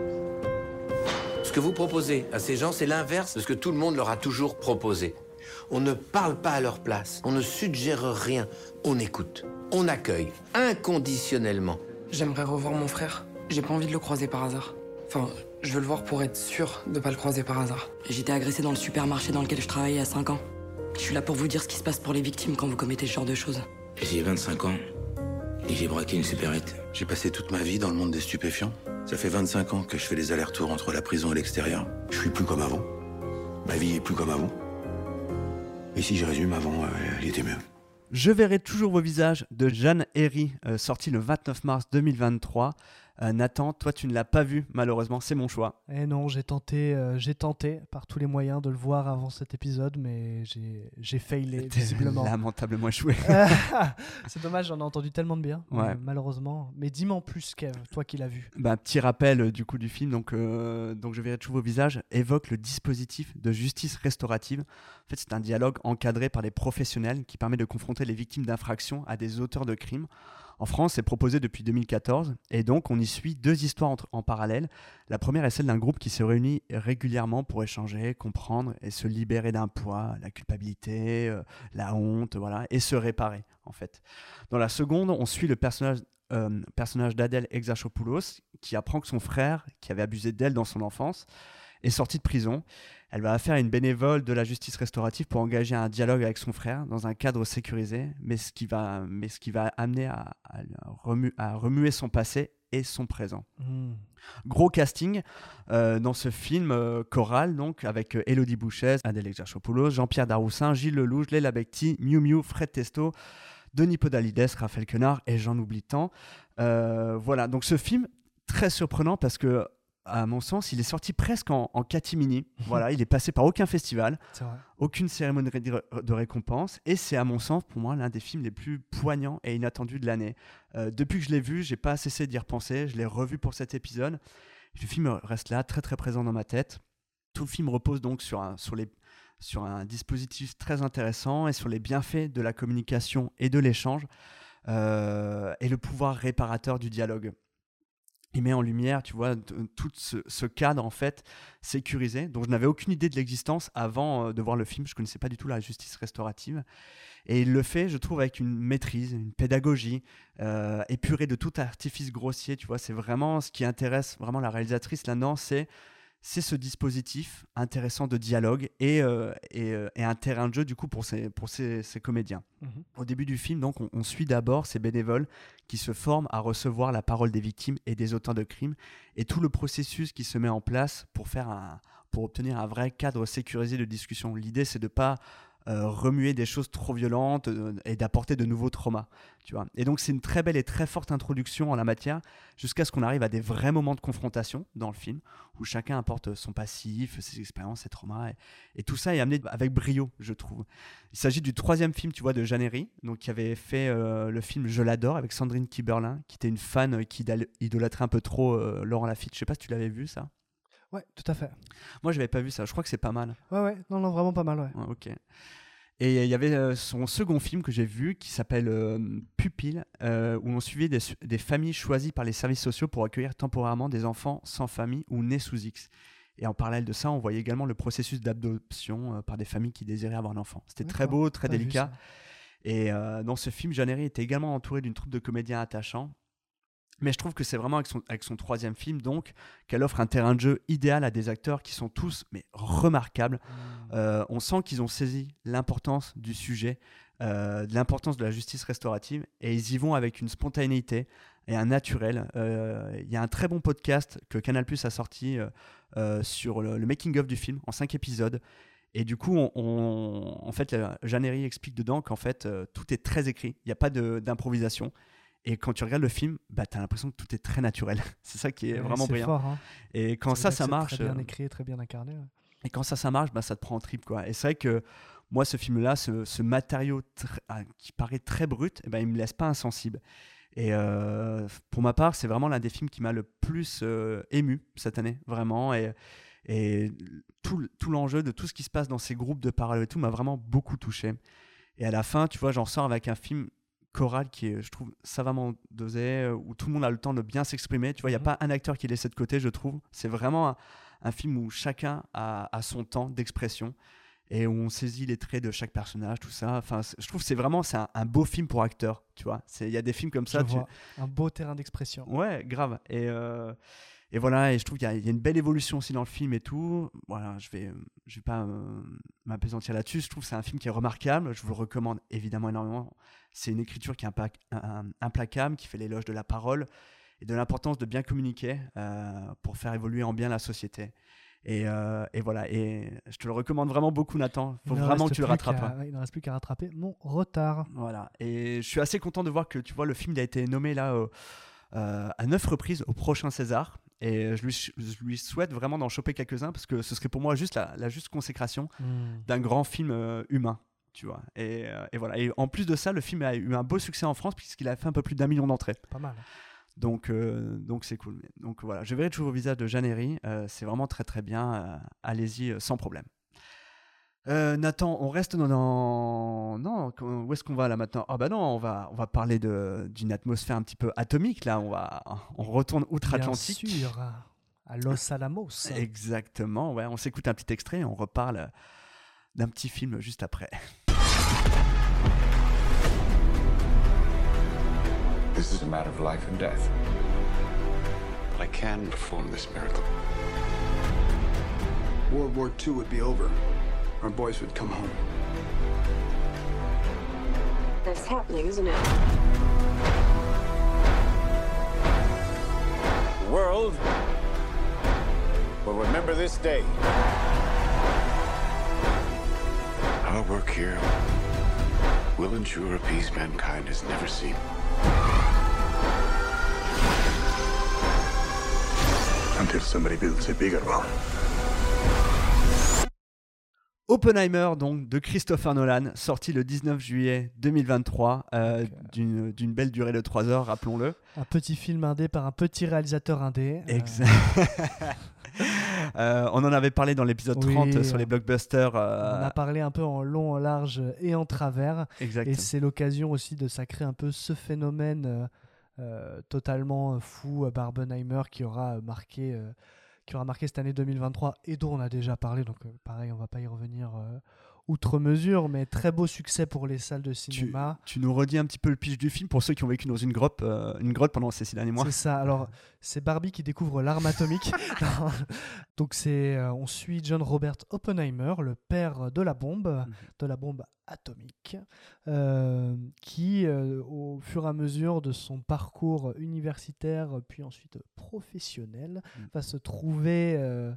Ce que vous proposez à ces gens, c'est l'inverse de ce que tout le monde leur a toujours proposé. On ne parle pas à leur place, on ne suggère rien, on écoute, on accueille, inconditionnellement. J'aimerais revoir mon frère, j'ai pas envie de le croiser par hasard. Enfin, je veux le voir pour être sûr de pas le croiser par hasard. J'étais agressé dans le supermarché dans lequel je travaillais à cinq ans. Je suis là pour vous dire ce qui se passe pour les victimes quand vous commettez ce genre de choses. J'ai vingt-cinq ans et j'ai braqué une supérette. J'ai passé toute ma vie dans le monde des stupéfiants. Ça fait vingt-cinq ans que je fais les allers-retours entre la prison et l'extérieur. Je suis plus comme avant. Ma vie est plus comme avant. Et si je résume, avant, euh, elle était mieux. Je verrai toujours vos visages de Jeanne Herry, euh, sorti le vingt-neuf mars deux mille vingt-trois. Euh, Nathan, toi tu ne l'as pas vu, malheureusement, c'est mon choix. Eh non, j'ai tenté, euh, j'ai tenté par tous les moyens de le voir avant cet épisode, mais j'ai, j'ai failé visiblement. Lamentablement échoué. C'est dommage, j'en ai entendu tellement de bien, ouais. euh, malheureusement. Mais dis-moi en plus, Kev, toi qui l'as vu. Bah, petit rappel euh, du coup du film, donc, euh, donc je verrai toujours vos visages, évoque le dispositif de justice restaurative. En fait, c'est un dialogue encadré par des professionnels qui permet de confronter les victimes d'infractions à des auteurs de crimes. En France, c'est proposé depuis deux mille quatorze et donc on y suit deux histoires en, en parallèle. La première est celle d'un groupe qui se réunit régulièrement pour échanger, comprendre et se libérer d'un poids, la culpabilité, euh, la honte, voilà, et se réparer en fait. Dans la seconde, on suit le personnage, euh, personnage d'Adèle Exarchopoulos qui apprend que son frère, qui avait abusé d'elle dans son enfance, est sorti de prison. Elle va faire une bénévole de la justice restaurative pour engager un dialogue avec son frère dans un cadre sécurisé, mais ce qui va, mais ce qui va amener à, à, remu, à remuer son passé et son présent. Mmh. Gros casting euh, dans ce film euh, choral, donc, avec euh, Élodie Bouchez, Adèle Exarchopoulos, Jean-Pierre Daroussin, Gilles Lelouch, Léla Becti, Miu Miu, Fred Testo, Denis Podalides, Raphaël Quenard et j'en oublie tant. Euh, voilà, donc ce film, très surprenant parce que à mon sens, il est sorti presque en, en catimini. Voilà, il est passé par aucun festival, aucune cérémonie de, de récompense, et c'est à mon sens, pour moi, l'un des films les plus poignants et inattendus de l'année. Euh, depuis que je l'ai vu, j'ai pas cessé d'y repenser. Je l'ai revu pour cet épisode. Le film reste là, très très présent dans ma tête. Tout le film repose donc sur un, sur les, sur un dispositif très intéressant et sur les bienfaits de la communication et de l'échange euh, et le pouvoir réparateur du dialogue. Il met en lumière, tu vois, tout ce, ce cadre en fait sécurisé, dont je n'avais aucune idée de l'existence avant euh, de voir le film. Je connaissais pas du tout la justice restaurative, et il le fait, je trouve, avec une maîtrise, une pédagogie, euh, épurée de tout artifice grossier. Tu vois, c'est vraiment ce qui intéresse vraiment la réalisatrice là-dedans, c'est c'est ce dispositif intéressant de dialogue et, euh, et, euh, et un terrain de jeu du coup pour ces, pour ces, ces comédiens. Mmh. Au début du film, donc, on, on suit d'abord ces bénévoles qui se forment à recevoir la parole des victimes et des auteurs de crimes et tout le processus qui se met en place pour faire un, pour obtenir un vrai cadre sécurisé de discussion. L'idée, c'est de ne pas euh, remuer des choses trop violentes euh, et d'apporter de nouveaux traumas. Tu vois. Et donc, c'est une très belle et très forte introduction en la matière, jusqu'à ce qu'on arrive à des vrais moments de confrontation dans le film, où chacun apporte son passif, ses expériences, ses traumas. Et, et tout ça est amené avec brio, je trouve. Il s'agit du troisième film, tu vois, de Jeanne Herry, donc, qui avait fait euh, le film Je l'adore avec Sandrine Kiberlin, qui était une fan euh, qui idolâtrait un peu trop euh, Laurent Lafitte. Je sais pas si tu l'avais vu, ça. Ouais, tout à fait. Moi, je n'avais pas vu ça. Je crois que c'est pas mal. Ouais, ouais. Non, non, vraiment pas mal, ouais. Ouais, ok. Et il y avait euh, son second film que j'ai vu qui s'appelle euh, Pupille, euh, où on suivait des, des familles choisies par les services sociaux pour accueillir temporairement des enfants sans famille ou nés sous X. Et en parallèle de ça, on voyait également le processus d'adoption euh, par des familles qui désiraient avoir un enfant. C'était D'accord. très beau, très Pas vu délicat. ça. Et euh, dans ce film, Jeanne Herry était également entourée d'une troupe de comédiens attachants. Mais je trouve que c'est vraiment avec son, avec son troisième film, donc, qu'elle offre un terrain de jeu idéal à des acteurs qui sont tous mais remarquables. Mmh. Euh, on sent qu'ils ont saisi l'importance du sujet, euh, de l'importance de la justice restaurative, et ils y vont avec une spontanéité et un naturel. Il euh, y a un très bon podcast que Canal+ a sorti euh, euh, sur le, le making-of du film, en cinq épisodes. Et du coup, on, on, en fait, Jeanne Herry explique dedans qu'en fait, euh, tout est très écrit, il n'y a pas de, d'improvisation. Et quand tu regardes le film, bah, tu as l'impression que tout est très naturel. C'est ça qui est Ouais, vraiment c'est brillant. fort, hein. Et quand C'est ça, vrai que ça c'est marche. Très bien euh, écrit, très bien incarné. Ouais. Et quand ça, ça marche, bah, ça te prend en trip, quoi. Et c'est vrai que moi, ce film-là, ce, ce matériau tr- ah, qui paraît très brut, eh ben, il ne me laisse pas insensible. Et euh, pour ma part, c'est vraiment l'un des films qui m'a le plus euh, ému cette année, vraiment. Et, et tout, tout l'enjeu de tout ce qui se passe dans ces groupes de parole et tout m'a vraiment beaucoup touché. Et à la fin, tu vois, j'en sors avec un film choral qui est, je trouve, savamment dosé, où tout le monde a le temps de bien s'exprimer. Tu vois, il n'y a Mhm. pas un acteur qui est laissé de côté, je trouve. C'est vraiment un, un film où chacun a, a son temps d'expression et où on saisit les traits de chaque personnage, tout ça. Enfin, c'est- je trouve que c'est vraiment c'est un, un beau film pour acteurs, tu vois. C'est- Il y a des films comme ça. Je tu- vois. Un beau terrain d'expression. Ouais, grave. Et, euh, et voilà, et je trouve qu'il y, a- il y a une belle évolution aussi dans le film et tout. Voilà, je vais, je vais pas euh, m'appesantir là-dessus. Je trouve que c'est un film qui est remarquable. Je vous le recommande évidemment énormément. C'est une écriture qui est impa- un- implacable, qui fait l'éloge de la parole et de l'importance de bien communiquer euh, pour faire évoluer en bien la société. Et, euh, et voilà, et je te le recommande vraiment beaucoup, Nathan. Il faut Il ne vraiment reste que tu le plus rattrapes. qu'à- hein. ouais, il ne reste plus qu'à rattraper mon retard. Voilà, et je suis assez content de voir que tu vois, le film il a été nommé là euh, euh, à neuf reprises au prochain César. Et je lui, je lui souhaite vraiment d'en choper quelques-uns parce que ce serait pour moi juste la, la juste consécration Mm. d'un grand film euh, humain. Tu vois. Et, euh, et voilà. Et en plus de ça, le film a eu un beau succès en France puisqu'il a fait un peu plus d'un million d'entrées. Pas mal. Donc, euh, donc c'est cool. Donc voilà, je verrai toujours au visage de Jeanne Herry. Euh, c'est vraiment très très bien. Euh, allez-y euh, sans problème. Euh, Nathan, on reste dans, dans... Non, où est-ce qu'on va là maintenant? Ah bah non, on va, on va parler de, d'une atmosphère un petit peu atomique là. On, va, on retourne outre-Atlantique. Bien sûr, à Los Alamos. Exactement, ouais. On s'écoute un petit extrait et on reparle d'un petit film juste après. This is a matter of life and death. But I can perform this miracle. World War Two would be over. Our boys would come home. That's happening, isn't it? The world will remember this day. Our work here will ensure a peace mankind has never seen. Until somebody builds a bigger one. Oppenheimer, donc, de Christopher Nolan, sorti le dix-neuf juillet deux mille vingt-trois, euh, okay. d'une, d'une belle durée de trois heures, rappelons-le. Un petit film indé par un petit réalisateur indé. Exact. Euh... euh, on en avait parlé dans l'épisode oui, trente sur les blockbusters. Euh... On a parlé un peu en long, en large et en travers. Exact. Et c'est l'occasion aussi de sacrer un peu ce phénomène euh, euh, totalement fou, Barbenheimer, qui aura marqué... Euh, qui aura marqué cette année deux mille vingt-trois et dont on a déjà parlé, donc euh, pareil, on va pas y revenir euh, outre mesure, mais très beau succès pour les salles de cinéma. Tu, tu nous redis un petit peu le pitch du film pour ceux qui ont vécu dans une grotte, euh, une grotte pendant ces six derniers mois. C'est ça, alors c'est Barbie qui découvre l'arme atomique. Donc c'est, euh, on suit John Robert Oppenheimer, le père de la bombe, mmh. de la bombe atomique, euh, qui euh, au fur et à mesure de son parcours universitaire puis ensuite professionnel mmh. va se trouver euh,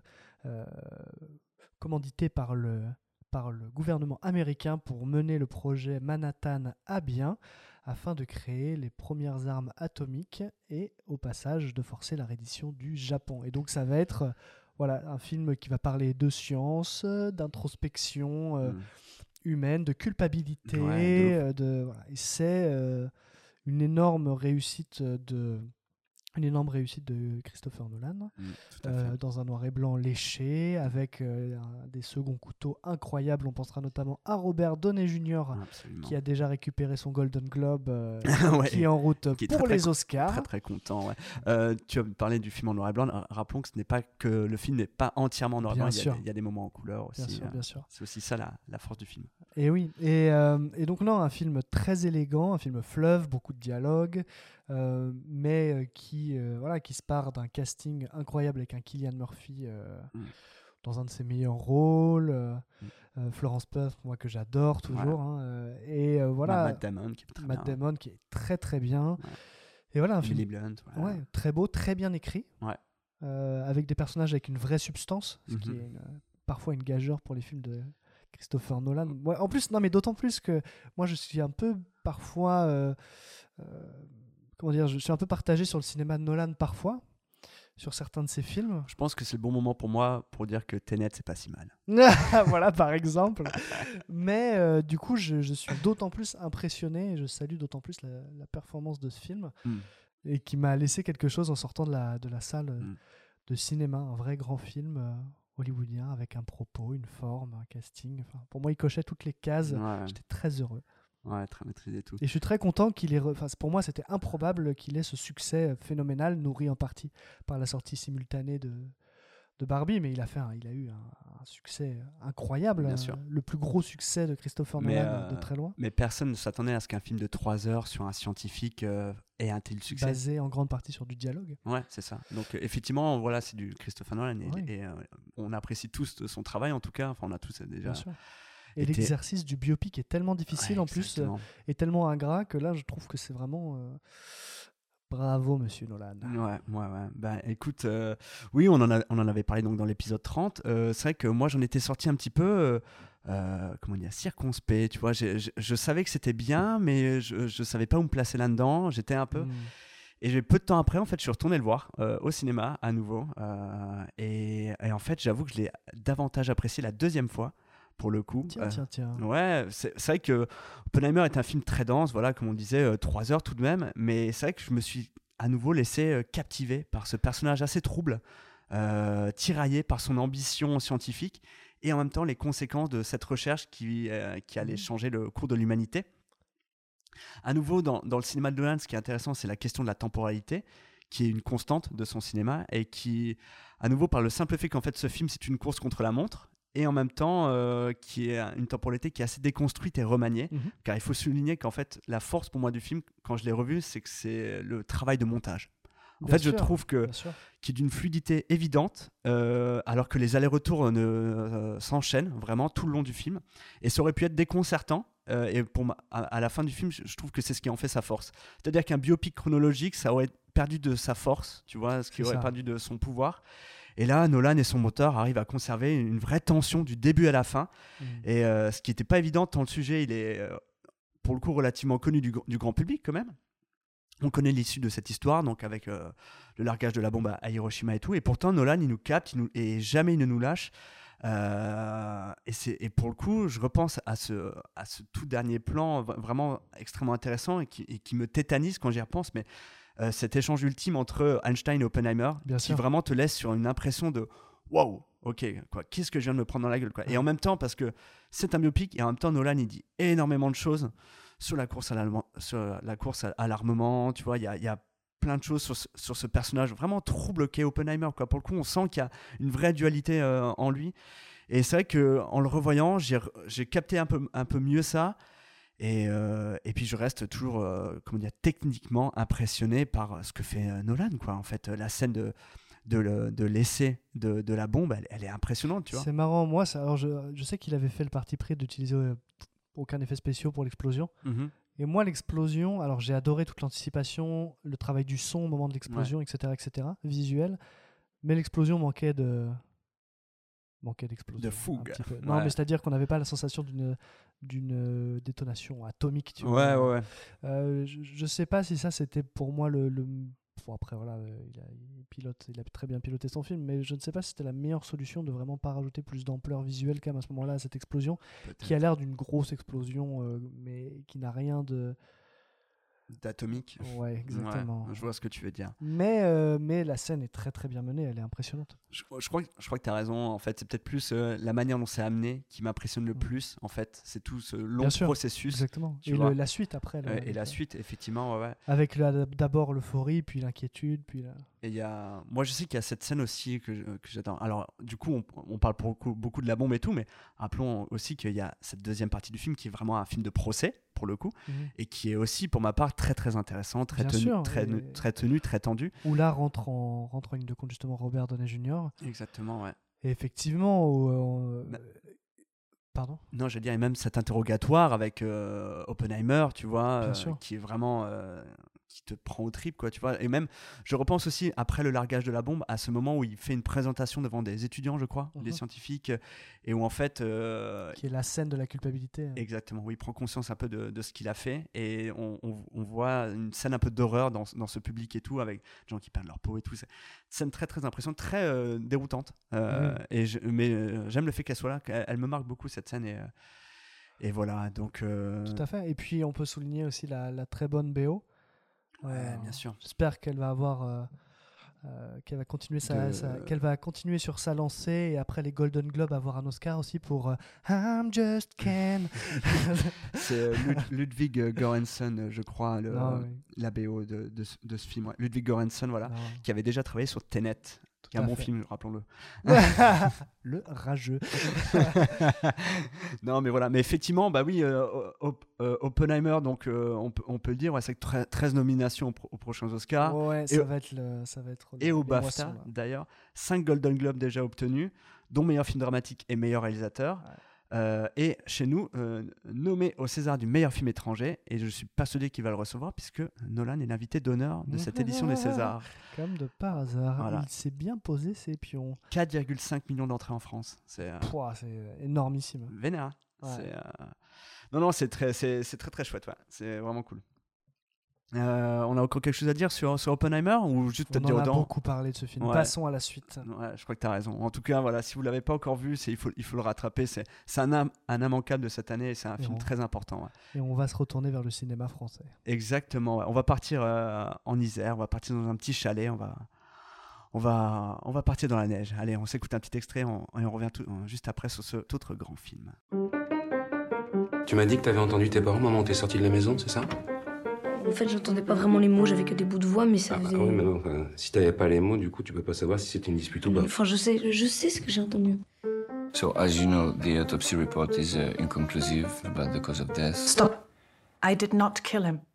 euh, commandité par le, par le gouvernement américain pour mener le projet Manhattan à bien, afin de créer les premières armes atomiques et, au passage, de forcer la reddition du Japon. Et donc, ça va être euh, voilà, un film qui va parler de science, d'introspection euh, mmh. humaine, de culpabilité. Ouais, de... Euh, de, voilà. Et c'est euh, une énorme réussite de... Une énorme réussite de Christopher Nolan, mmh, euh, dans un noir et blanc léché, avec euh, un, des seconds couteaux incroyables. On pensera notamment à Robert Downey junior, Absolument. Qui a déjà récupéré son Golden Globe, euh, ouais, qui est en route qui est pour très, les très Oscars. Très très content. Ouais. Euh, tu as parlé du film en noir et blanc. Rappelons que ce n'est pas que le film n'est pas entièrement en noir et blanc. Il y, a, il y a des moments en couleur aussi. Bien sûr, euh, bien sûr. C'est aussi ça la, la force du film. Et oui. Et, euh, et donc non, un film très élégant, un film fleuve, beaucoup de dialogue. Euh, mais euh, qui, euh, voilà, qui se part d'un casting incroyable avec un Cillian Murphy euh, mm. dans un de ses meilleurs rôles, euh, mm. euh, Florence Pugh, moi que j'adore toujours, ouais. hein, euh, et euh, voilà, Matt Damon qui est très Matt bien. Damon qui est très très bien, ouais. Et voilà un Emily film Blunt, ouais. Ouais, très beau, très bien écrit, ouais. euh, avec des personnages avec une vraie substance, ce mm-hmm. qui est une, parfois une gageure pour les films de Christopher Nolan. Ouais, en plus, non mais d'autant plus que moi je suis un peu parfois euh, euh, comment dire, je suis un peu partagé sur le cinéma de Nolan parfois, sur certains de ses films. Je pense que c'est le bon moment pour moi pour dire que Tenet, c'est pas si mal. Voilà, par exemple. Mais euh, du coup, je, je suis d'autant plus impressionné et je salue d'autant plus la, la performance de ce film mm. et qui m'a laissé quelque chose en sortant de la, de la salle mm. de cinéma, un vrai grand film euh, hollywoodien avec un propos, une forme, un casting. Enfin, pour moi, il cochait toutes les cases. Ouais. J'étais très heureux. Ouais, très maîtrisé tout. Et je suis très content qu'il ait. Re... Enfin, pour moi, c'était improbable qu'il ait ce succès phénoménal, nourri en partie par la sortie simultanée de, de Barbie, mais il a, fait un... il a eu un, un succès incroyable. Bien sûr. Le plus gros succès de Christopher mais Nolan euh... de très loin. Mais personne ne s'attendait à ce qu'un film de trois heures sur un scientifique euh, ait un tel succès. Basé en grande partie sur du dialogue. Ouais, c'est ça. Donc, euh, effectivement, voilà, c'est du Christopher Nolan et, oui. et euh, on apprécie tous son travail en tout cas. Enfin, on a tous déjà. Bien sûr. Et était... l'exercice du biopic est tellement difficile ouais, en plus, euh, et tellement ingrat que là, je trouve que c'est vraiment euh... bravo, Monsieur Nolan. Ouais, ouais, ouais. Ben, écoute, euh, oui, on en, a, on en avait parlé donc dans l'épisode trente. Euh, c'est vrai que moi, j'en étais sorti un petit peu, euh, euh, comment dire, circonspect. Tu vois, je, je, je savais que c'était bien, mais je, je savais pas où me placer là-dedans. J'étais un peu. Mm. Et j'ai peu de temps après, en fait, je suis retourné le voir euh, au cinéma à nouveau. Euh, et, et en fait, j'avoue que je l'ai davantage apprécié la deuxième fois. Pour le coup, tiens, euh, tiens, tiens. Ouais, c'est, c'est vrai que Oppenheimer est un film très dense, voilà, comme on disait, euh, trois heures tout de même. Mais c'est vrai que je me suis à nouveau laissé euh, captiver par ce personnage assez trouble, euh, tiraillé par son ambition scientifique et en même temps les conséquences de cette recherche qui, euh, qui allait changer le cours de l'humanité. À nouveau, dans, dans le cinéma de Nolan, ce qui est intéressant, c'est la question de la temporalité, qui est une constante de son cinéma et qui, à nouveau, par le simple fait qu'en fait, ce film, c'est une course contre la montre. Et en même temps, euh, qui est une temporalité qui est assez déconstruite et remaniée. Mm-hmm. Car il faut souligner qu'en fait, la force pour moi du film, quand je l'ai revu, c'est que c'est le travail de montage. En bien fait, sûr, je trouve que qu'il y a d'une fluidité évidente, euh, alors que les allers-retours ne, euh, s'enchaînent vraiment tout le long du film. Et ça aurait pu être déconcertant. Euh, et pour ma, à, à la fin du film, je, je trouve que c'est ce qui en fait sa force. C'est-à-dire qu'un biopic chronologique, ça aurait perdu de sa force, tu vois, ce qui c'est aurait ça. perdu de son pouvoir. Et là, Nolan et son moteur arrivent à conserver une vraie tension du début à la fin. Mmh. Et euh, ce qui n'était pas évident, tant le sujet, il est euh, pour le coup relativement connu du, du grand public quand même. On connaît l'issue de cette histoire, donc avec euh, le largage de la bombe à, à Hiroshima et tout. Et pourtant, Nolan, il nous capte il nous, et jamais il ne nous lâche. Euh, et, c'est, et pour le coup, je repense à ce, à ce tout dernier plan vraiment extrêmement intéressant et qui, et qui me tétanise quand j'y repense. Mais Euh, cet échange ultime entre Einstein et Oppenheimer Bien qui sûr. Vraiment te laisse sur une impression de waouh, ok, quoi, qu'est-ce que je viens de me prendre dans la gueule, quoi. Et en même temps, parce que c'est un biopic, et en même temps, Nolan il dit énormément de choses sur la course à, sur la course à l'armement, tu vois, il y a, y a plein de choses sur ce, sur ce personnage vraiment trouble qu'est Oppenheimer, quoi. Pour le coup, on sent qu'il y a une vraie dualité euh, en lui. Et c'est vrai qu'en le revoyant, j'ai, j'ai capté un peu, un peu mieux ça. Et, euh, et puis je reste toujours euh, comment dire, techniquement impressionné par ce que fait euh, Nolan, quoi. En fait, la scène de, de, le, de l'essai de, de la bombe, elle, elle est impressionnante, tu vois. C'est marrant, moi, ça, alors je, je sais qu'il avait fait le parti pris d'utiliser euh, aucun effet spéciaux pour l'explosion. Mm-hmm. Et moi, l'explosion, alors j'ai adoré toute l'anticipation, le travail du son au moment de l'explosion, ouais. et cetera, et cetera, visuel. Mais l'explosion manquait de, manquait d'explosion. De fougue. Un petit peu. Non, ouais. mais c'est-à-dire qu'on n'avait pas la sensation d'une, d'une détonation atomique. Tu ouais, vois. ouais, ouais. Euh, je ne sais pas si ça, c'était pour moi le... le... Bon, après, voilà, il a, il, pilote, il a très bien piloté son film, mais je ne sais pas si c'était la meilleure solution de vraiment pas rajouter plus d'ampleur visuelle quand même à ce moment-là à cette explosion, Peut-être. qui a l'air d'une grosse explosion, euh, mais qui n'a rien de... d'atomique. Ouais, exactement. Ouais, je vois ce que tu veux dire. Mais, euh, mais la scène est très très bien menée, elle est impressionnante. Je, je crois, je crois que tu as raison. En fait, c'est peut-être plus euh, la manière dont c'est amené qui m'impressionne le mmh. plus. En fait, c'est tout ce long sûr, processus. Exactement. Tu et vois. Le, la suite après. Là, euh, et la suite, effectivement, ouais. Avec la, d'abord l'euphorie, puis l'inquiétude, puis la... Et il y a, moi, je sais qu'il y a cette scène aussi que, que j'attends. Alors, du coup, on, on parle beaucoup, beaucoup de la bombe et tout, mais rappelons aussi qu'il y a cette deuxième partie du film qui est vraiment un film de procès, pour le coup, mmh. et qui est aussi, pour ma part, très, très intéressant, très, tenu, sûr, très, et... très tenu, très tendu. Où là rentre en, rentre en ligne de compte, justement, Robert Downey junior Exactement, ouais. Et effectivement, où, euh, bah, pardon. Non, je veux dire, et même cet interrogatoire avec euh, Oppenheimer, tu vois, euh, qui est vraiment... Euh, qui te prend au trip, quoi, tu vois. Et même, je repense aussi, après le largage de la bombe, à ce moment où il fait une présentation devant des étudiants, je crois, mm-hmm. des scientifiques, et où en fait... Euh, qui est la scène de la culpabilité. Exactement, où il prend conscience un peu de, de ce qu'il a fait, et on, on, on voit une scène un peu d'horreur dans, dans ce public et tout, avec des gens qui perdent leur peau et tout. C'est une scène très, très impressionnante, très euh, déroutante. Euh, mm. et je, mais euh, j'aime le fait qu'elle soit là, qu'elle elle me marque beaucoup, cette scène, et... Euh, et voilà, donc... Euh... Tout à fait. Et puis, on peut souligner aussi la, la très bonne B O. Ouais, euh, bien sûr. J'espère qu'elle va avoir, euh, euh, qu'elle va continuer sa, de... sa, qu'elle va continuer sur sa lancée et après les Golden Globes avoir un Oscar aussi pour euh, I'm Just Ken. C'est euh, Lud- Ludwig Göransson, je crois, le, ah, oui. la B O de, de, de ce film. Ouais. Ludwig Göransson, voilà, ah, qui avait déjà travaillé sur Tenet. Qui est un bon fait. film, rappelons-le. Le rageux. Non, mais voilà. Mais effectivement, bah oui, euh, Op- euh, Oppenheimer, donc euh, on, peut, on peut le dire, ouais, c'est treize nominations aux, pro- aux prochains Oscars. Ouais, et ça, va être le, ça va être le, et au BAFTA, moissons, d'ailleurs. cinq Golden Globes déjà obtenus, dont meilleur film dramatique et meilleur réalisateur. Ouais. Euh, et chez nous, euh, nommé au César du meilleur film étranger, et je suis persuadé qu'il va le recevoir puisque Nolan est l'invité d'honneur de cette édition des Césars. Comme de par hasard, voilà. Il s'est bien posé ses pions. quatre virgule cinq millions d'entrées en France, c'est, euh... Pouah, c'est énormissime. Vénère. Ouais. C'est, euh... Non, non, c'est très, c'est, c'est très très chouette, ouais. C'est vraiment cool. Euh, on a encore quelque chose à dire sur, sur Oppenheimer ou juste on te dire en a dedans beaucoup parlé de ce film. Ouais. Passons à la suite. Ouais, je crois que tu as raison. En tout cas, voilà, si vous ne l'avez pas encore vu, c'est, il, faut, il faut le rattraper. C'est, c'est un, am, un immanquable de cette année et c'est un et film on... très important. Ouais. Et on va se retourner vers le cinéma français. Exactement. Ouais. On va partir euh, en Isère, on va partir dans un petit chalet, on va, on va, on va partir dans la neige. Allez, on s'écoute un petit extrait on, et on revient tout, juste après sur cet autre grand film. Tu m'as dit que tu avais entendu tes parents, maman, t'es sortie de la maison, c'est ça ? En fait, j'entendais pas vraiment les mots, j'avais que des bouts de voix, mais ça ah, faisait... Ah oui, mais non, enfin, si t'avais pas les mots, du coup, tu peux pas savoir si c'était une dispute ou pas. Enfin, je sais, je sais ce que j'ai entendu. So, as you know, the autopsy report is uh, inconclusive about the cause of death. Stop. I did not kill him.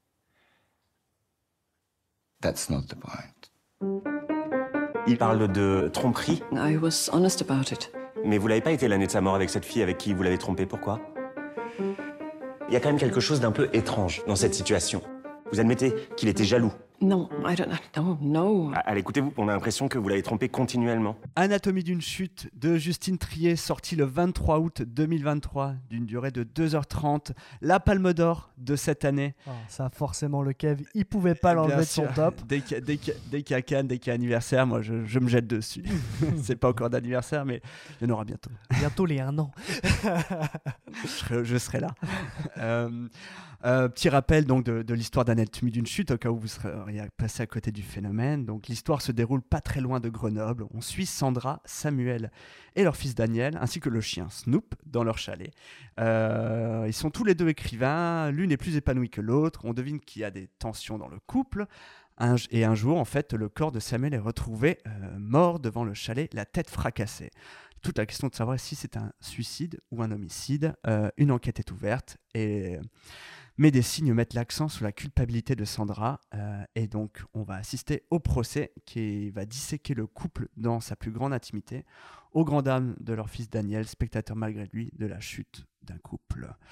That's not the point. Il parle de tromperie. I was honest about it. Mais vous l'avez pas été l'année de sa mort avec cette fille avec qui vous l'avez trompé, pourquoi ? Il y a quand même quelque chose d'un peu étrange dans cette situation. Vous admettez qu'il était jaloux. Non, I don't know. No. Allez, écoutez-vous, on a l'impression que vous l'avez trompé continuellement. Anatomie d'une chute de Justine Triet, sorti le vingt-trois août deux mille vingt-trois, d'une durée de deux heures trente. La Palme d'Or de cette année. Oh, ça a forcément le Kev, il pouvait pas l'enlever de son top. Dès qu'il dès qu'il dès qu'il y a Cannes, dès qu'il y a anniversaire, moi je, je me jette dessus. C'est pas encore d'anniversaire, mais il y en aura bientôt. Bientôt les un an. je, serai, je serai là. euh, Euh, petit rappel donc de, de l'histoire d'Anatomie d'une chute au cas où vous seriez passé à côté du phénomène. Donc l'histoire se déroule pas très loin de Grenoble. On suit Sandra, Samuel et leur fils Daniel ainsi que le chien Snoop dans leur chalet. Euh, ils sont tous les deux écrivains. L'une est plus épanouie que l'autre. On devine qu'il y a des tensions dans le couple. Un, et un jour, en fait, le corps de Samuel est retrouvé euh, mort devant le chalet, la tête fracassée. Toute la question de savoir si c'est un suicide ou un homicide. Euh, une enquête est ouverte et mais des signes mettent l'accent sur la culpabilité de Sandra. Euh, et donc, on va assister au procès qui va disséquer le couple dans sa plus grande intimité, au grand dam de leur fils Daniel, spectateur malgré lui de la chute d'un couple.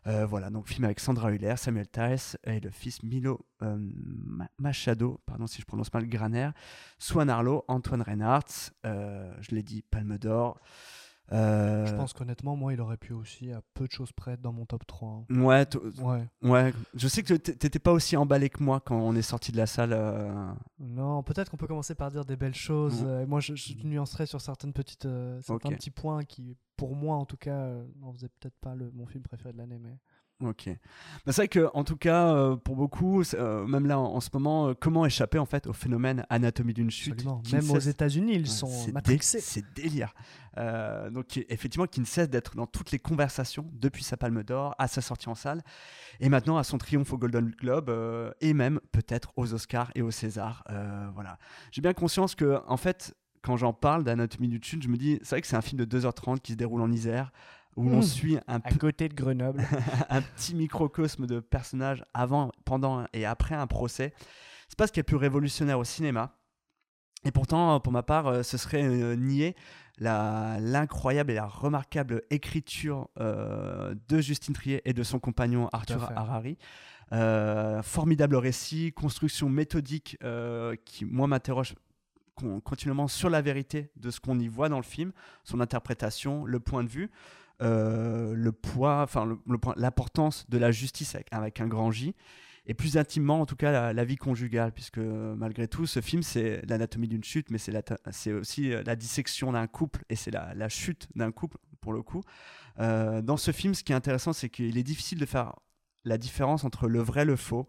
Euh, voilà, donc film avec Sandra Hüller, Samuel Taes et le fils Milo euh, Machado, pardon si je prononce mal, Graner, Swan Arlo, Antoine Reinhardt, euh, je l'ai dit, Palme d'Or. Euh... Je pense qu'honnêtement, moi, il aurait pu aussi, à peu de choses près, être dans mon top trois. Hein. Ouais, t- ouais. ouais, je sais que t'étais pas aussi emballé que moi quand on est sorti de la salle. Euh... Non, peut-être qu'on peut commencer par dire des belles choses. Mmh. Euh, moi, je, je nuancerais sur certaines petites, euh, certains okay. petits points qui, pour moi, en tout cas, euh, n'en faisaient peut-être pas le, mon film préféré de l'année, mais... Ok. Bah c'est vrai que, en tout cas, euh, pour beaucoup, euh, même là en, en ce moment, euh, comment échapper en fait au phénomène Anatomie d'une chute. Même aux États-Unis, ils ouais, sont c'est matrixés. Dé- c'est délire. Euh, donc effectivement, qui ne cesse d'être dans toutes les conversations depuis sa Palme d'Or à sa sortie en salle, et maintenant à son triomphe au Golden Globe euh, et même peut-être aux Oscars et aux Césars. Euh, voilà. J'ai bien conscience que, en fait, quand j'en parle d'Anatomie d'une chute, je me dis, c'est vrai que c'est un film de deux heures trente qui se déroule en Isère, où mmh. on suit un à p- côté de Grenoble un petit microcosme de personnages avant, pendant et après un procès. C'est pas ce qui est plus révolutionnaire au cinéma. Et pourtant, pour ma part, ce serait euh, nier la, l'incroyable et la remarquable écriture euh, de Justine Triet et de son compagnon Arthur Harari. Euh, formidable récit, construction méthodique euh, qui, moi, m'interroge continuellement sur la vérité de ce qu'on y voit dans le film, son interprétation, le point de vue. Euh, le poids, enfin le, le point, l'importance de la justice avec, avec un grand J, et plus intimement en tout cas la, la vie conjugale, puisque malgré tout ce film c'est l'anatomie d'une chute, mais c'est, la, c'est aussi la dissection d'un couple, et c'est la, la chute d'un couple pour le coup. Euh, dans ce film, ce qui est intéressant, c'est qu'il est difficile de faire la différence entre le vrai et le faux.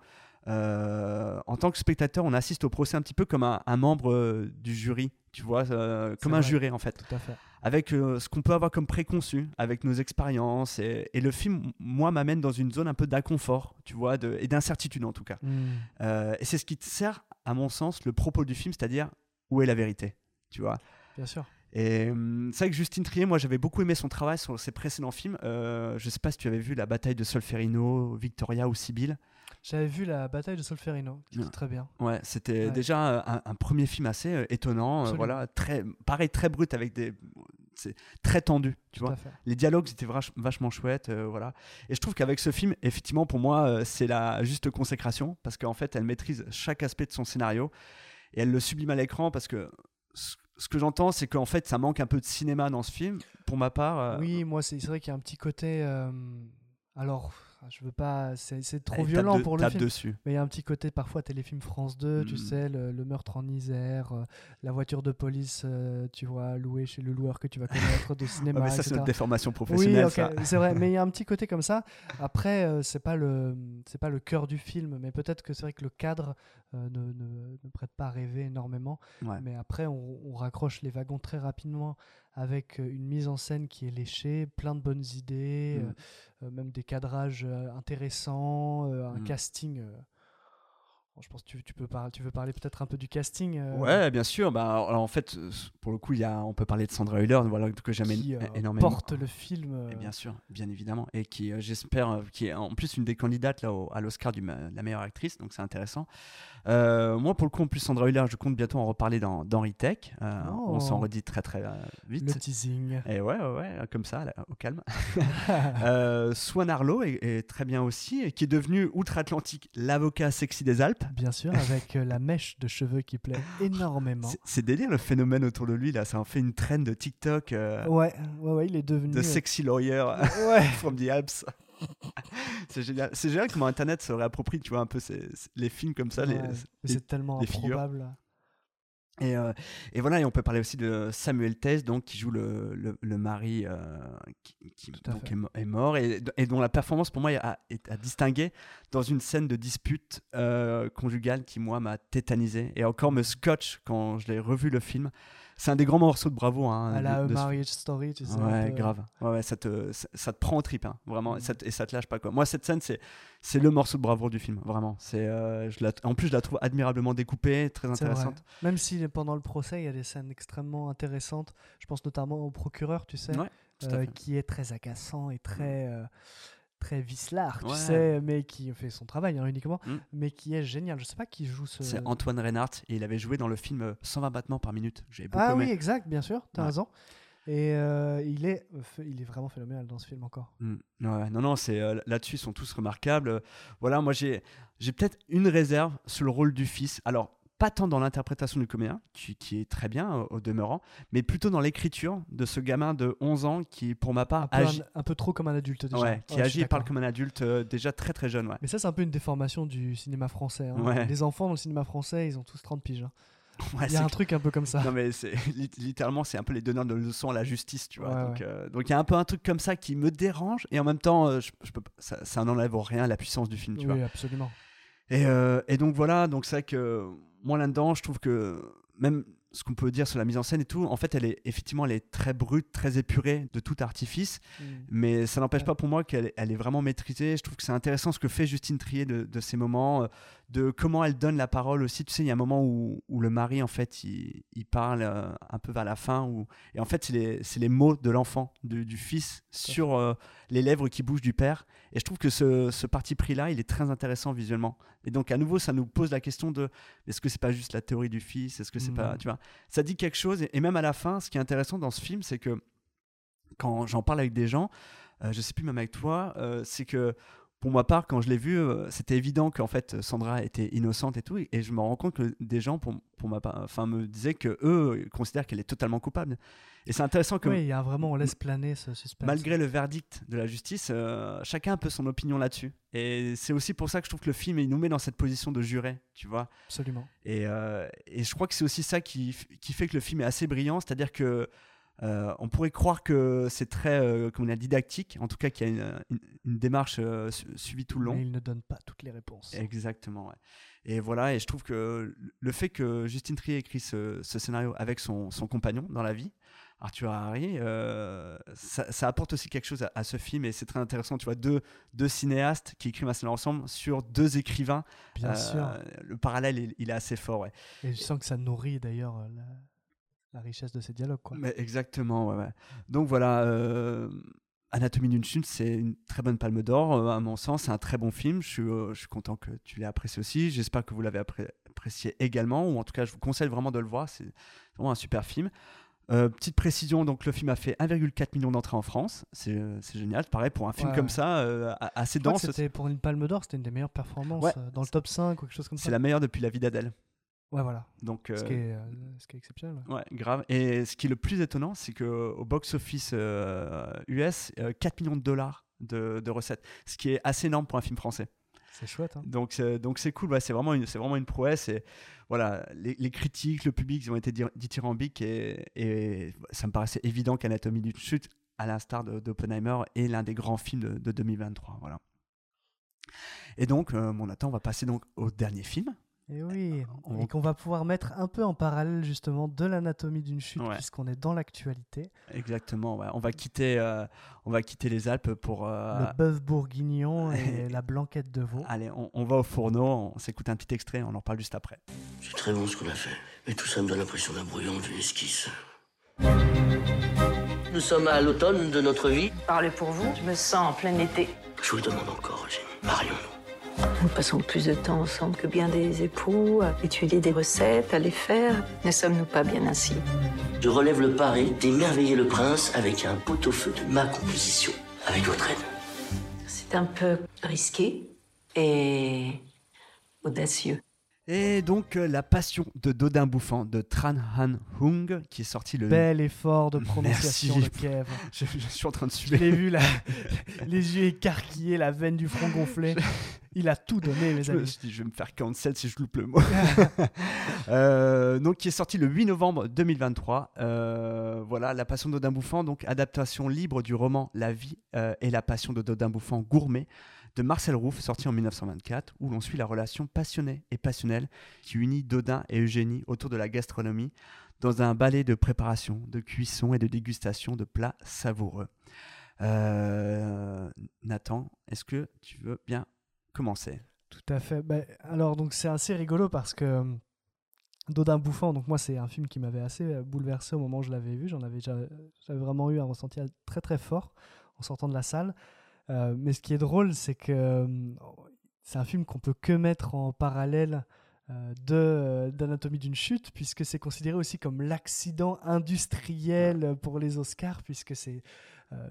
Euh, en tant que spectateur, on assiste au procès un petit peu comme un, un membre euh, du jury, tu vois, euh, comme un vrai. juré en fait, Tout à fait. avec euh, ce qu'on peut avoir comme préconçu, avec nos expériences, et, et le film, moi, m'amène dans une zone un peu d'inconfort, tu vois, de, et d'incertitude en tout cas. Mm. Euh, et c'est ce qui sert, à mon sens, le propos du film, c'est-à-dire où est la vérité, tu vois. Bien sûr. Et euh, c'est vrai que Justine Triet, moi j'avais beaucoup aimé son travail sur ses précédents films. Euh, je sais pas si tu avais vu La Bataille de Solferino, Victoria ou Sibylle. J'avais vu La Bataille de Solferino, qui était très bien. Ouais, c'était ouais. déjà un, un premier film assez euh, étonnant, euh, voilà, très, pareil, très brut, avec des, c'est très tendu, tu Tout vois. à fait. Les dialogues étaient vach, vachement chouettes, euh, voilà. Et je trouve qu'avec ce film, effectivement, pour moi, euh, c'est la juste consécration, parce qu'en fait, elle maîtrise chaque aspect de son scénario et elle le sublime à l'écran, parce que ce, ce que j'entends, c'est qu'en fait, ça manque un peu de cinéma dans ce film, pour ma part. Euh, oui, moi, c'est, c'est vrai qu'il y a un petit côté. Euh, alors. Je veux pas, c'est, c'est trop Allez, violent de, pour le film. Dessus. Mais il y a un petit côté parfois téléfilm France deux, mmh. tu sais, le, le meurtre en Isère, euh, la voiture de police, euh, tu vois, louée chez le loueur que tu vas connaître de cinéma. Ouais, mais ça, et cetera. C'est notre déformation professionnelle. Oui, okay, ça. C'est vrai, mais il y a un petit côté comme ça. Après, euh, c'est pas le, c'est pas le cœur du film, mais peut-être que c'est vrai que le cadre euh, ne, ne, ne prête pas à rêver énormément. Ouais. Mais après, on, on raccroche les wagons très rapidement, avec une mise en scène qui est léchée, plein de bonnes idées, mmh. euh, même des cadrages euh, intéressants, euh, un mmh. casting. Euh... Bon, je pense que tu, tu, peux par... tu veux parler peut-être un peu du casting. Euh... Ouais, bien sûr. Bah, alors, en fait, pour le coup, il y a, on peut parler de Sandra Hüller, voilà, que j'aime qui, euh, énormément. Porte le film. Euh... Et bien sûr, bien évidemment. Et qui, euh, j'espère, euh, qui est en plus une des candidates là, au, à l'Oscar de la meilleure actrice, donc c'est intéressant. Euh, moi, pour le coup, en plus, Sandra Hüller, je compte bientôt en reparler dans, dans Retech. Euh, oh. On s'en redit très très euh, vite. Le teasing. Et ouais, ouais, ouais comme ça, là, au calme. euh, Swan Arlo est, est très bien aussi, et qui est devenu outre-Atlantique l'avocat sexy des Alpes. Bien sûr, avec la mèche de cheveux qui plaît énormément. C'est, c'est délire le phénomène autour de lui, là. Ça en fait une traîne de TikTok. Euh, ouais, ouais, ouais, il est devenu. De sexy lawyer ouais. from the Alps. C'est génial. C'est génial comment Internet se réapproprie, tu vois, un peu ces, ces, les films comme ça. Ouais, les, c'est les, tellement les improbable. Figures. Et, euh, et voilà, et on peut parler aussi de Samuel Taes, donc, qui joue le, le, le mari euh, qui, qui donc est, est mort, et, et dont la performance, pour moi, est à, est à distinguer dans une scène de dispute euh, conjugale qui, moi, m'a tétanisé, et encore me scotche quand je l'ai revu le film. C'est un des grands morceaux de Bravo. Hein, à la de, de Marriage ce... Story, tu sais. Ouais, peu... grave. Ouais, ouais, ça, te, ça, ça te prend au trip, hein, vraiment, mmh. et, ça te, et ça te lâche pas, quoi. Moi, cette scène, c'est, c'est le morceau de bravoure du film, vraiment. C'est, euh, je la, en plus, je la trouve admirablement découpée, très intéressante. Même si pendant le procès, il y a des scènes extrêmement intéressantes. Je pense notamment au procureur, tu sais, ouais, euh, qui est très agaçant et très... Euh, très vicelard, tu ouais. sais, mais qui fait son travail hein, uniquement, mm. mais qui est génial. Je sais pas qui joue ce... C'est Antoine Reinhardt, et il avait joué dans le film cent vingt battements par minute. J'avais beaucoup ah aimé. oui, exact, bien sûr, t'as ouais. raison. Et euh, il, est, il est vraiment phénoménal dans ce film encore. Mmh. Ouais, non, non, c'est, euh, là-dessus, ils sont tous remarquables. Euh, voilà, moi, j'ai, j'ai peut-être une réserve sur le rôle du fils. Alors, pas tant dans l'interprétation du comédien, qui, qui est très bien au, au demeurant, mais plutôt dans l'écriture de ce gamin de onze ans qui, pour ma part, un peu, agit... un, un peu trop comme un adulte déjà. Ouais, qui ouais, agit et parle comme un adulte euh, déjà très très jeune. Ouais. Mais ça, c'est un peu une déformation du cinéma français. Hein. Ouais. Les enfants dans le cinéma français, ils ont tous trente piges. Hein. Ouais, il y a un que... truc un peu comme ça. Non, mais c'est, littéralement, c'est un peu les donneurs de leçons à la justice, tu vois. Ouais, donc, ouais. euh, donc, il y a un peu un truc comme ça qui me dérange, et en même temps, euh, je, je peux, ça, ça n'enlève rien à la puissance du film, tu oui, vois. absolument. Et, euh, et donc, voilà, donc c'est vrai que moi, là-dedans, je trouve que même ce qu'on peut dire sur la mise en scène et tout, en fait, elle est effectivement, elle est très brute, très épurée de tout artifice, mmh. mais ça n'empêche ouais. pas pour moi qu'elle elle est vraiment maîtrisée. Je trouve que c'est intéressant ce que fait Justine Triet de, de ces moments, de comment elle donne la parole aussi. Tu sais, il y a un moment où, où le mari, en fait, il, il parle euh, un peu vers la fin, où, et en fait, c'est les, c'est les mots de l'enfant, du, du fils, sur euh, les lèvres qui bougent du père. Et je trouve que ce, ce parti pris-là, il est très intéressant visuellement. Et donc, à nouveau, ça nous pose la question de est-ce que c'est pas juste la théorie du fils? Est-ce que c'est mmh. pas, tu vois, ça dit quelque chose. Et, et même à la fin, ce qui est intéressant dans ce film, c'est que quand j'en parle avec des gens, euh, je sais plus même avec toi, euh, c'est que pour ma part, quand je l'ai vu, euh, c'était évident qu'en fait Sandra était innocente et tout, et, et je me rends compte que des gens, pour, pour ma part, enfin, me disaient que eux considèrent qu'elle est totalement coupable. Et c'est intéressant que oui, il y a vraiment, on laisse planer ce suspense. Malgré le verdict de la justice, euh, chacun a un peu son opinion là-dessus. Et c'est aussi pour ça que je trouve que le film, il nous met dans cette position de juré, tu vois. Absolument. Et, euh, et je crois que c'est aussi ça qui, qui fait que le film est assez brillant, c'est-à-dire que Euh, on pourrait croire que c'est très euh, comment dire, didactique, en tout cas qu'il y a une, une, une démarche euh, su- suivie tout le long. Mais il ne donne pas toutes les réponses. Exactement, ouais. Et voilà, et je trouve que le fait que Justine Triet écrit ce, ce scénario avec son, son compagnon dans la vie, Arthur Harary, euh, ça, ça apporte aussi quelque chose à, à ce film, et c'est très intéressant, tu vois, deux, deux cinéastes qui écrivent un scénario ensemble sur deux écrivains. Bien euh, sûr. Le parallèle, il, il est assez fort, ouais. Et je sens que ça nourrit d'ailleurs la... la richesse de ces dialogues, quoi. Mais exactement, ouais, ouais. Donc voilà, euh, Anatomie d'une chute, c'est une très bonne palme d'or, euh, à mon sens. C'est un très bon film. Je suis, euh, je suis content que tu l'aies apprécié aussi. J'espère que vous l'avez appré- apprécié également, ou en tout cas, je vous conseille vraiment de le voir. C'est vraiment un super film. Euh, petite précision, donc le film a fait un virgule quatre million d'entrées en France. C'est, c'est génial. Pareil, pour un film ouais, comme ouais. ça, euh, assez je crois dense. Que c'était pour une palme d'or, c'était une des meilleures performances ouais. euh, dans le top cinq ou quelque chose comme c'est ça. C'est la meilleure depuis La vie d'Adèle. Ouais, voilà. Donc, euh, ce, qui est, euh, ce qui est exceptionnel. Ouais. ouais, grave. Et ce qui est le plus étonnant, c'est qu'au box-office euh, U S, euh, quatre millions de dollars de, de recettes, ce qui est assez énorme pour un film français. C'est chouette. Hein. Donc, c'est, donc c'est cool, ouais, c'est, vraiment une, c'est vraiment une prouesse. Et voilà, les, les critiques, le public, ils ont été dithyrambiques, et, et ça me paraissait évident qu'Anatomie d'une chute, à l'instar de, d'Oppenheimer, est l'un des grands films de, de deux mille vingt-trois. Voilà. Et donc, euh, mon attend, on va passer donc au dernier film. Et oui, on... et qu'on va pouvoir mettre un peu en parallèle justement de l'Anatomie d'une chute, ouais. puisqu'on est dans l'actualité. Exactement, ouais. on, va quitter, euh, on va quitter les Alpes pour... Euh... Le bœuf bourguignon et la blanquette de veau. Allez, on, on va au fourneau, on s'écoute un petit extrait, on en parle juste après. C'est très bon ce qu'on a fait, mais tout ça me donne l'impression d'un brouillon d'une esquisse. Nous sommes à l'automne de notre vie. Parlez pour vous, je me sens en plein été. Je vous le demande encore, Eugène, marions-nous. Nous passons plus de temps ensemble que bien des époux, à étudier des recettes, à les faire. Ne sommes-nous pas bien ainsi? Je relève le pari d'émerveiller le prince avec un pot-au-feu de ma composition, avec votre aide. C'est un peu risqué et audacieux. Et donc, euh, La Passion de Dodin Bouffant de Tran Han Hung, qui est sorti le... Bel effort de prononciation Merci. de Kev. je, je suis en train de suivre. Je l'ai vu, là, les yeux écarquillés, la veine du front gonflé. Il a tout donné, mes je amis. Me suis dit, je vais me faire cancel si je loupe le mot. euh, donc, qui est sorti le huit novembre deux mille vingt-trois. Euh, voilà, La Passion de Dodin Bouffant, donc adaptation libre du roman La vie euh, et la passion de Dodin Bouffant gourmet de Marcel Rouff, sorti en dix-neuf cent vingt-quatre, où l'on suit la relation passionnée et passionnelle qui unit Dodin et Eugénie autour de la gastronomie dans un ballet de préparation, de cuisson et de dégustation de plats savoureux. Euh, Nathan, est-ce que tu veux bien commencer ? Tout à fait. Ben, alors, donc, c'est assez rigolo parce que Dodin Bouffant, donc moi, c'est un film qui m'avait assez bouleversé au moment où je l'avais vu. J'en avais, j'avais vraiment eu un ressenti très très fort en sortant de la salle. Euh, mais ce qui est drôle, c'est que euh, c'est un film qu'on peut que mettre en parallèle euh, de, d'Anatomie d'une chute, puisque c'est considéré aussi comme l'accident industriel pour les Oscars, puisque c'est euh,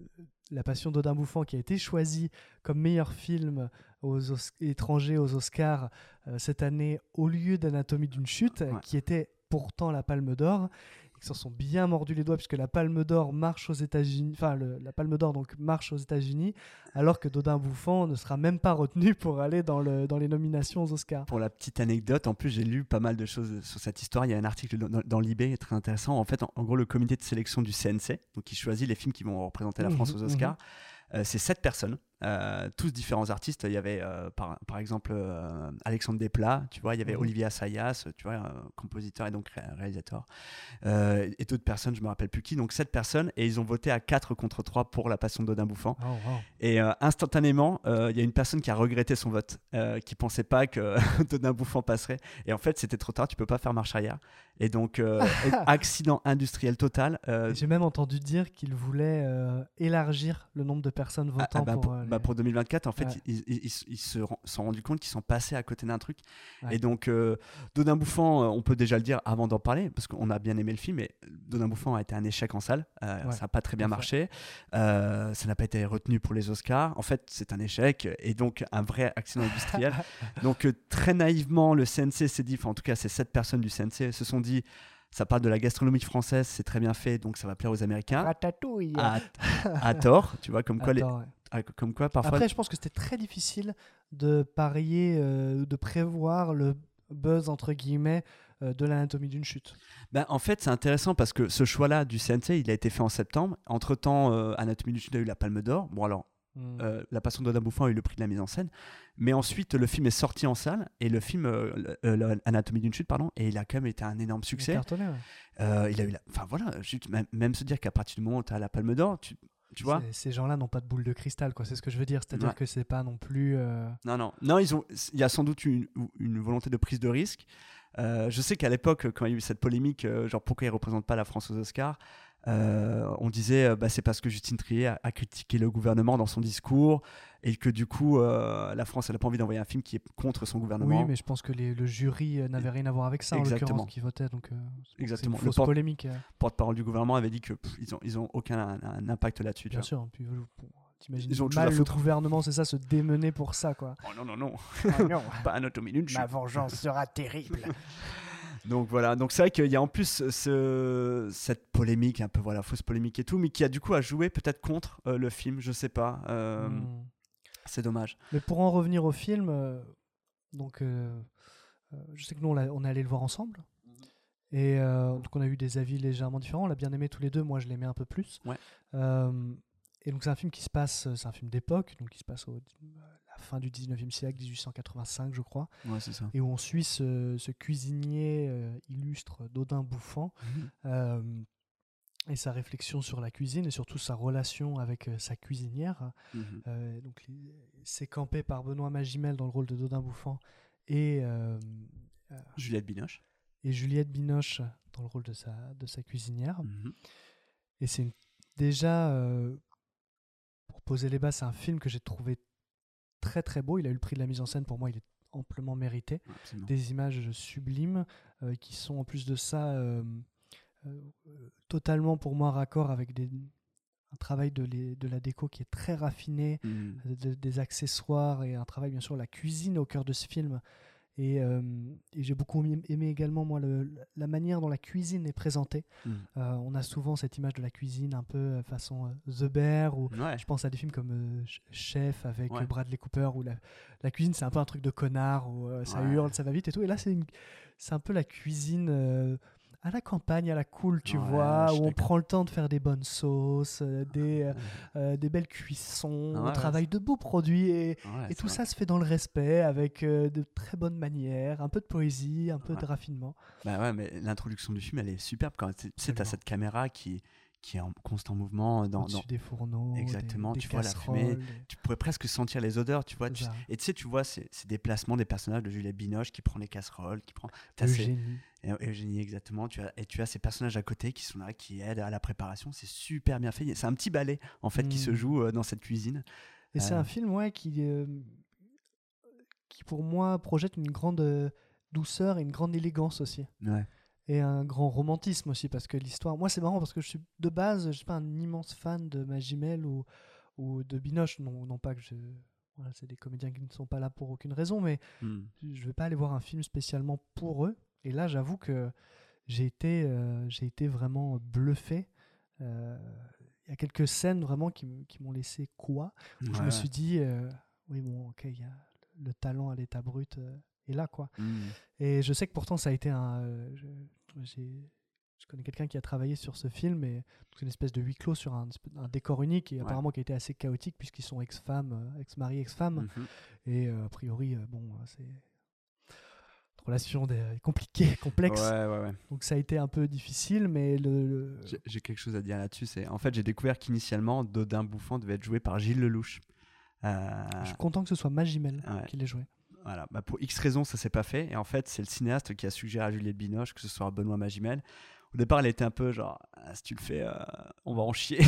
La Passion d'Odin Bouffant qui a été choisi comme meilleur film aux Os- étranger aux Oscars euh, cette année au lieu d'Anatomie d'une chute, ouais. qui était pourtant la Palme d'Or. Ils s'en sont bien mordus les doigts puisque la Palme d'Or marche aux États-Unis, enfin le, la Palme d'Or donc marche aux États-Unis, alors que Dodin Bouffant ne sera même pas retenu pour aller dans, le, dans les nominations aux Oscars. Pour la petite anecdote, en plus j'ai lu pas mal de choses sur cette histoire. Il y a un article dans, dans l'I B très intéressant. En fait, en, en gros, le comité de sélection du C N C, donc qui choisit les films qui vont représenter la France aux Oscars, mmh, mmh. Euh, c'est sept personnes. Euh, tous différents artistes. Il y avait euh, par, par exemple euh, Alexandre Desplat, tu vois, il y avait mmh. Olivier Assayas, tu vois, euh, compositeur et donc ré- réalisateur, euh, et d'autres personnes, je me rappelle plus qui. Donc sept personnes, et ils ont voté à quatre contre trois pour La Passion d'Odin Bouffant. Oh, wow. Et euh, instantanément, il euh, y a une personne qui a regretté son vote, euh, qui pensait pas que Dodin Bouffant passerait. Et en fait, c'était trop tard, tu peux pas faire marche arrière. Et donc euh, accident industriel total. Euh, J'ai même entendu dire qu'il voulait euh, élargir le nombre de personnes votant ah, ah bah, pour. pour euh, Bah pour deux mille vingt-quatre, en fait, ouais. ils, ils, ils, ils se sont rendus compte qu'ils sont passés à côté d'un truc. Ouais. Et donc, euh, Dodin Bouffant, on peut déjà le dire avant d'en parler, parce qu'on a bien aimé le film, mais Dodin Bouffant a été un échec en salle. Euh, ouais. Ça n'a pas très bien marché. Euh, ça n'a pas été retenu pour les Oscars. En fait, c'est un échec et donc un vrai accident industriel. Donc, euh, très naïvement, le C N C s'est dit, enfin, en tout cas, ces sept personnes du C N C se sont dit, ça parle de la gastronomie française, c'est très bien fait, donc ça va plaire aux Américains. Ratatouille. À, à tort, tu vois, comme quoi, les, tort, ouais. comme quoi parfois. Après, je pense que c'était très difficile de parier, euh, de prévoir le buzz entre guillemets euh, de l'Anatomie d'une chute. Ben, en fait, c'est intéressant parce que ce choix-là du C N C, il a été fait en septembre. Entre-temps, euh, Anatomie d'une chute a eu la Palme d'Or. Bon, alors. Mmh. Euh, la Passion d'Odin Bouffant a eu le prix de la mise en scène, mais ensuite le film est sorti en salle et le film euh, euh, Anatomie d'une chute pardon, et il a quand même été un énorme succès. Il a cartonné, ouais. euh, il a eu la... enfin voilà, juste, même, même se dire qu'à partir du moment où tu as la Palme d'Or, tu, tu vois, c'est, ces gens-là n'ont pas de boule de cristal, quoi. C'est ce que je veux dire, c'est-à-dire ouais. que c'est pas non plus euh... non non non ils ont, il y a sans doute une, une volonté de prise de risque. Euh, je sais qu'à l'époque, quand il y a eu cette polémique, euh, genre pourquoi ils représentent pas la France aux Oscars. Euh, on disait euh, bah, c'est parce que Justine Triet a, a critiqué le gouvernement dans son discours et que du coup euh, la France elle n'a pas envie d'envoyer un film qui est contre son gouvernement. Oui, mais je pense que les, le jury euh, n'avait rien à voir avec ça. Exactement. En l'occurrence qui votait, donc euh, exactement. C'est une fausse le porte, polémique. Euh. Porte-parole du gouvernement avait dit que pff, ils ont ils ont aucun un, un impact là-dessus. Bien sûr. Puis, bon, t'imagines ils ont mal le gouvernement, c'est ça, se démener pour ça, quoi. Oh non non non. Oh, non. Pas Anatomie d'une chute. Ma vengeance sera terrible. Donc voilà, donc c'est vrai qu'il y a en plus ce, cette polémique, un peu voilà, fausse polémique et tout, mais qui a du coup à jouer peut-être contre euh, le film, je sais pas. Euh, mmh. C'est dommage. Mais pour en revenir au film, euh, donc euh, euh, je sais que nous on, on est allé le voir ensemble, mmh. et euh, donc on a eu des avis légèrement différents. On l'a bien aimé tous les deux. Moi je l'aimais un peu plus. Ouais. Euh, et donc c'est un film qui se passe, c'est un film d'époque, donc qui se passe au la fin du dix-neuvième siècle, dix-huit cent quatre-vingt-cinq je crois, ouais, c'est ça. Et où on suit ce, ce cuisinier euh, illustre Dodin Bouffant mmh. euh, et sa réflexion sur la cuisine et surtout sa relation avec euh, sa cuisinière. Mmh. Euh, donc les, c'est campé par Benoît Magimel dans le rôle de Dodin Bouffant et euh, euh, Juliette Binoche et Juliette Binoche dans le rôle de sa, de sa cuisinière. Mmh. Et c'est une, déjà euh, pour poser les bases, c'est un film que j'ai trouvé très très beau. Il a eu le prix de la mise en scène. Pour moi, il est amplement mérité. Absolument. Des images sublimes euh, qui sont en plus de ça euh, euh, totalement pour moi raccord avec des, un travail de, les, de la déco qui est très raffiné, mmh. de, des accessoires et un travail bien sûr la cuisine au cœur de ce film. Et, euh, et j'ai beaucoup aimé également moi le, la manière dont la cuisine est présentée. Mmh. Euh, on a souvent cette image de la cuisine un peu façon euh, The Bear, ou ouais. je pense à des films comme euh, Chef avec ouais. Bradley Cooper, où la, la cuisine c'est un peu un truc de connard, où euh, ça ouais. hurle, ça va vite et tout. Et là c'est, une, c'est un peu la cuisine euh, à la campagne, à la cool, tu ouais, vois, où on prend le temps de faire des bonnes sauces, euh, des, euh, euh, des belles cuissons, ah ouais, on travaille ouais. de beaux produits et, ouais, et tout vrai. Ça se fait dans le respect, avec euh, de très bonnes manières, un peu de poésie, un peu ouais. de raffinement. Bah ouais, mais l'introduction du film, elle est superbe quand tu sais, t'as cette caméra qui qui est en constant mouvement dans, au-dessus dans... des fourneaux, exactement, des, tu des vois la fumée, des... tu pourrais presque sentir les odeurs, tu vois, tu... et tu sais, tu vois ces, ces déplacements des personnages de Juliette Binoche qui prend les casseroles, qui prend Eugénie, ces... Eugénie exactement, tu as... et tu as ces personnages à côté qui sont là, qui aident à la préparation, c'est super bien fait, c'est un petit ballet en fait mmh. qui se joue euh, dans cette cuisine. Et euh... c'est un film ouais qui euh... qui pour moi projette une grande euh, douceur et une grande élégance aussi. Ouais. Et un grand romantisme aussi, parce que l'histoire... Moi, c'est marrant, parce que je suis de base, je ne suis pas un immense fan de Magimel ou, ou de Binoche. Non, non pas que je... Voilà, c'est des comédiens qui ne sont pas là pour aucune raison, mais mm. je ne vais pas aller voir un film spécialement pour eux. Et là, j'avoue que j'ai été, euh, j'ai été vraiment bluffé. Il euh, y a quelques scènes vraiment qui, m- qui m'ont laissé quoi. Où Ouais, je me ouais. suis dit, euh, oui, bon, ok, il y a le talent à l'état brut euh, est là, quoi. Mm. Et je sais que pourtant, ça a été un... euh, je, j'ai, je connais quelqu'un qui a travaillé sur ce film, et c'est une espèce de huis clos sur un, un décor unique, et Ouais. apparemment qui a été assez chaotique, puisqu'ils sont ex-femmes, euh, ex-mari, ex-femme. Mhm. Et euh, a priori, euh, bon, euh, c'est... Une relation des- compliquée, complexe. Ouais, ouais, ouais. Donc ça a été un peu difficile, mais le... le- J'ai, j'ai quelque chose à dire là-dessus. C'est, en fait, j'ai découvert qu'initialement, Dodin Bouffant devait être joué par Gilles Lelouch. Euh, Je suis content que ce soit Magimel Ouais. qui l'ait joué. Voilà, bah pour X raisons, ça s'est pas fait. Et en fait, c'est le cinéaste qui a suggéré à Juliette Binoche que ce soit Benoît Magimel. Au départ, elle était un peu genre, ah, si tu le fais, euh, on va en chier.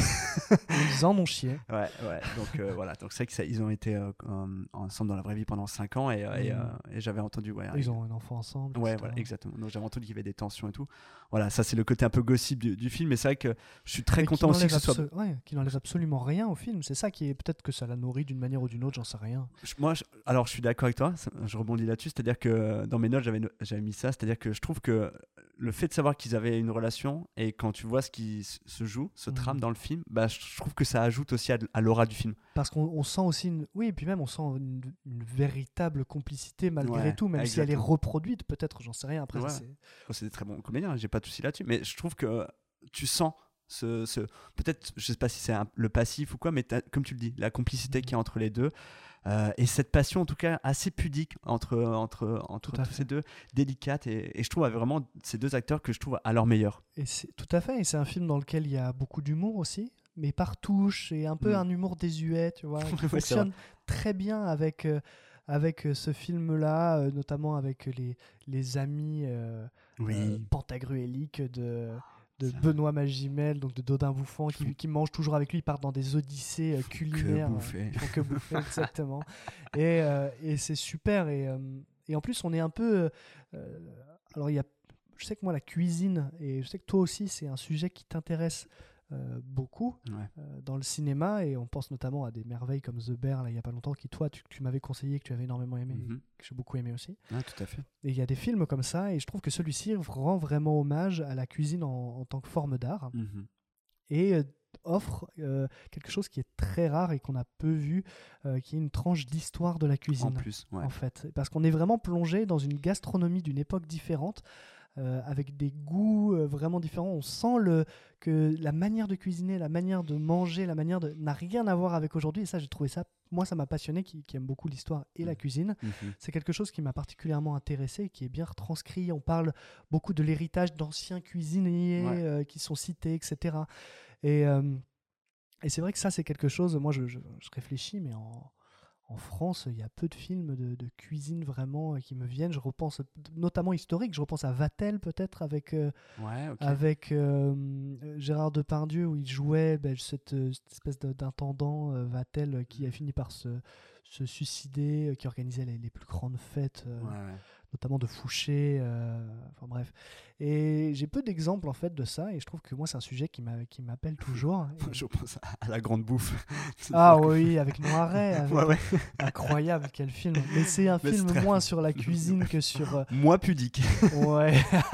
Ils en ont chié. Ouais, ouais. Donc euh, voilà, donc c'est vrai que ça, ils ont été euh, euh, ensemble dans la vraie vie pendant cinq ans et, euh, et, Mhm. euh, et j'avais entendu. Ouais, Ils ont un enfant ensemble. Ouais, et cetera. voilà, exactement. Donc j'avais entendu qu'il y avait des tensions et tout. Voilà, ça c'est le côté un peu gossip du, du film. Mais c'est vrai que je suis très Mais qui content aussi que n'enlève ce soit. abso- ouais, qui n'enlève absolument rien au film. C'est ça qui est peut-être que ça la nourrit d'une manière ou d'une autre, j'en sais rien. Je- Moi, je- alors je suis d'accord avec toi, ça- je rebondis là-dessus, c'est-à-dire que dans mes notes, j'avais, no- j'avais mis ça, c'est-à-dire que je trouve que le fait de savoir qu'ils avaient une relation et quand tu vois ce qui s- se joue, se trame Mhm. dans le film, bah, je je trouve que ça ajoute aussi à, à l'aura du film. Parce qu'on on sent aussi, une... oui, et puis même on sent une, une véritable complicité malgré Ouais, tout, même si elle est exactement. reproduite, peut-être, j'en sais rien. Après, Ouais. ça, c'est... Oh, c'est des très bons comédiens, j'ai pas de souci là-dessus, mais je trouve que tu sens ce, ce- peut-être, je sais pas si c'est un- le passif ou quoi, mais t'as- comme tu le dis, la complicité qu'il y a entre les deux. euh, et cette passion en tout cas assez pudique entre, entre, entre Tout à tous fait. ces deux, délicate, et, et je trouve euh, vraiment ces deux acteurs que je trouve à leur meilleur. Et c'est tout à fait, et c'est un film dans lequel il y a beaucoup d'humour aussi, mais par touche, et un peu Mm. un humour désuet, tu vois, qui Ouais, c'est fonctionne vrai. très bien avec, euh, avec euh, ce film-là, euh, notamment avec les, les amis euh, Oui. euh, pantagruéliques de, de Benoît Magimel, donc de Dodin Bouffant, qui, qui mange toujours avec lui, ils partent dans des odyssées euh, culinaires. bouffer. euh, Ils font que bouffer, exactement. Et, euh, et c'est super, et, euh, et en plus on est un peu... euh, alors il y a je sais que moi, la cuisine, et je sais que toi aussi, c'est un sujet qui t'intéresse euh, beaucoup Ouais. euh, dans le cinéma, et on pense notamment à des merveilles comme The Bear, là, il n'y a pas longtemps, qui toi, tu, tu m'avais conseillé, que tu avais énormément aimé, Mhm. et que j'ai beaucoup aimé aussi. Ouais, tout à fait. Et il y a des films comme ça, et je trouve que celui-ci rend vraiment hommage à la cuisine en, en tant que forme d'art, Mhm. et euh, offre euh, quelque chose qui est très rare et qu'on a peu vu, euh, qui est une tranche d'histoire de la cuisine. En plus, ouais. En fait, parce qu'on est vraiment plongé dans une gastronomie d'une époque différente, euh, avec des goûts euh, vraiment différents. On sent le, que la manière de cuisiner, la manière de manger, la manière de n'a rien à voir avec aujourd'hui. Et ça, j'ai trouvé ça, moi, ça m'a passionné, qui, qui aime beaucoup l'histoire et la cuisine. Mhm. C'est quelque chose qui m'a particulièrement intéressé et qui est bien retranscrit. On parle beaucoup de l'héritage d'anciens cuisiniers Ouais. euh, qui sont cités, et cetera. Et, euh, et c'est vrai que ça, c'est quelque chose, moi, je, je, je réfléchis, mais en, en France, il y a peu de films de, de cuisine vraiment euh, qui me viennent. Je repense, notamment historique, je repense à Vatel, peut-être, avec, euh, Ouais, ok. avec euh, Gérard Depardieu, où il jouait ben, cette, euh, cette espèce de- d'intendant, euh, Vatel, euh, qui a fini par se, se suicider, euh, qui organisait les, les plus grandes fêtes, euh, Ouais, ouais. notamment de Fouché, euh, enfin bref. Et j'ai peu d'exemples en fait de ça, et je trouve que moi c'est un sujet qui m'a- qui m'appelle toujours. Et- Je pense à- à la grande bouffe. Ah oui, avec Noiret, avec- Ouais, ouais. incroyable, quel film. Mais c'est un Mais film c'est très- moins sur la cuisine que sur... euh, Moi pudique. Ouais.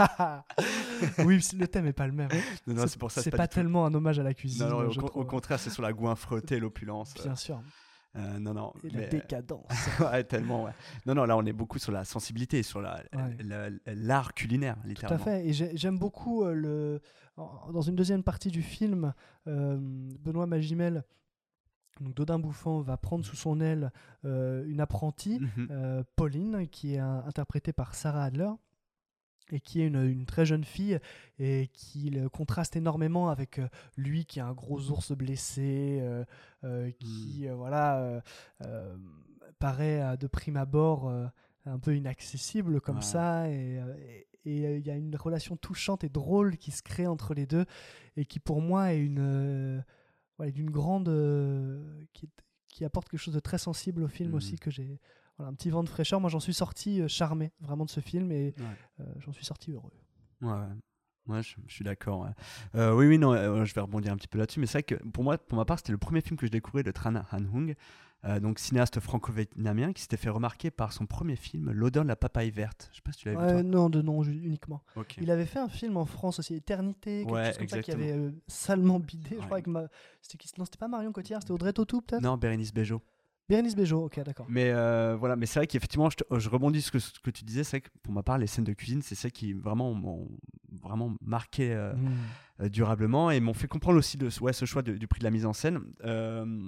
Oui, le thème est pas le même. Non, non, c'est pour ça, C'est c'est pas, pas du tout- tellement un hommage à la cuisine. Non, non, au, je con- trouve. au contraire, c'est sur la goinfreté, l'opulence. Bien sûr. Euh, non, non. Et la mais- décadence. ouais, tellement, ouais. Non, non, là, on est beaucoup sur la sensibilité, sur la, Ouais. la- la- l'art culinaire, Tout à littéralement. fait. Et j'ai- j'aime beaucoup euh, le. en- Dans une deuxième partie du film, euh, Benoît Magimel, donc Dodin Bouffant, va prendre sous son aile euh, une apprentie, Mhm. euh, Pauline, qui est euh, interprétée par Sarah Adler, et qui est une, une très jeune fille, et qui le contraste énormément avec euh, lui, qui est un gros ours blessé, euh, euh, qui euh, voilà euh, euh, paraît euh, de prime abord euh, un peu inaccessible comme Ouais. ça, et euh, et- et, euh, il y a une relation touchante et drôle qui se crée entre les deux, et qui pour moi est une euh, ouais, d'une grande euh, qui, est, qui apporte quelque chose de très sensible au film Mhm. aussi, que j'ai voilà, un petit vent de fraîcheur. Moi, j'en suis sorti euh, charmé vraiment de ce film et Ouais. euh, j'en suis sorti heureux. Ouais, ouais. Ouais, je, je suis d'accord. Ouais. Euh, oui, oui, non, euh, je vais rebondir un petit peu là-dessus, mais c'est vrai que pour moi, pour ma part, c'était le premier film que je découvrais de Tran Han Hung, euh, donc cinéaste franco-vietnamien qui s'était fait remarquer par son premier film, L'odeur de la papaye verte. Je sais pas si tu l'avais vu. Ouais, Toi. non, de nom ju- uniquement. Ok. Il avait fait un film en France aussi, Éternité, quelque Ouais, chose comme ça, qui exactement. avait euh, salement bidé. Je Ouais. crois avec ma... c'était qui... Non, c'était pas Marion Cotillard, c'était Audrey Tautou peut-être. Non, Bérénice Bejo. Bérénice Bejo, ok, d'accord. Mais euh, voilà, mais c'est vrai qu'effectivement, je, te- je rebondis sur ce que, ce que tu disais, c'est vrai que pour ma part, les scènes de cuisine, c'est celles qui vraiment m'ont vraiment marqué euh, Mm. euh, durablement et m'ont fait comprendre aussi de, ouais, ce choix de- du prix de la mise en scène. Euh,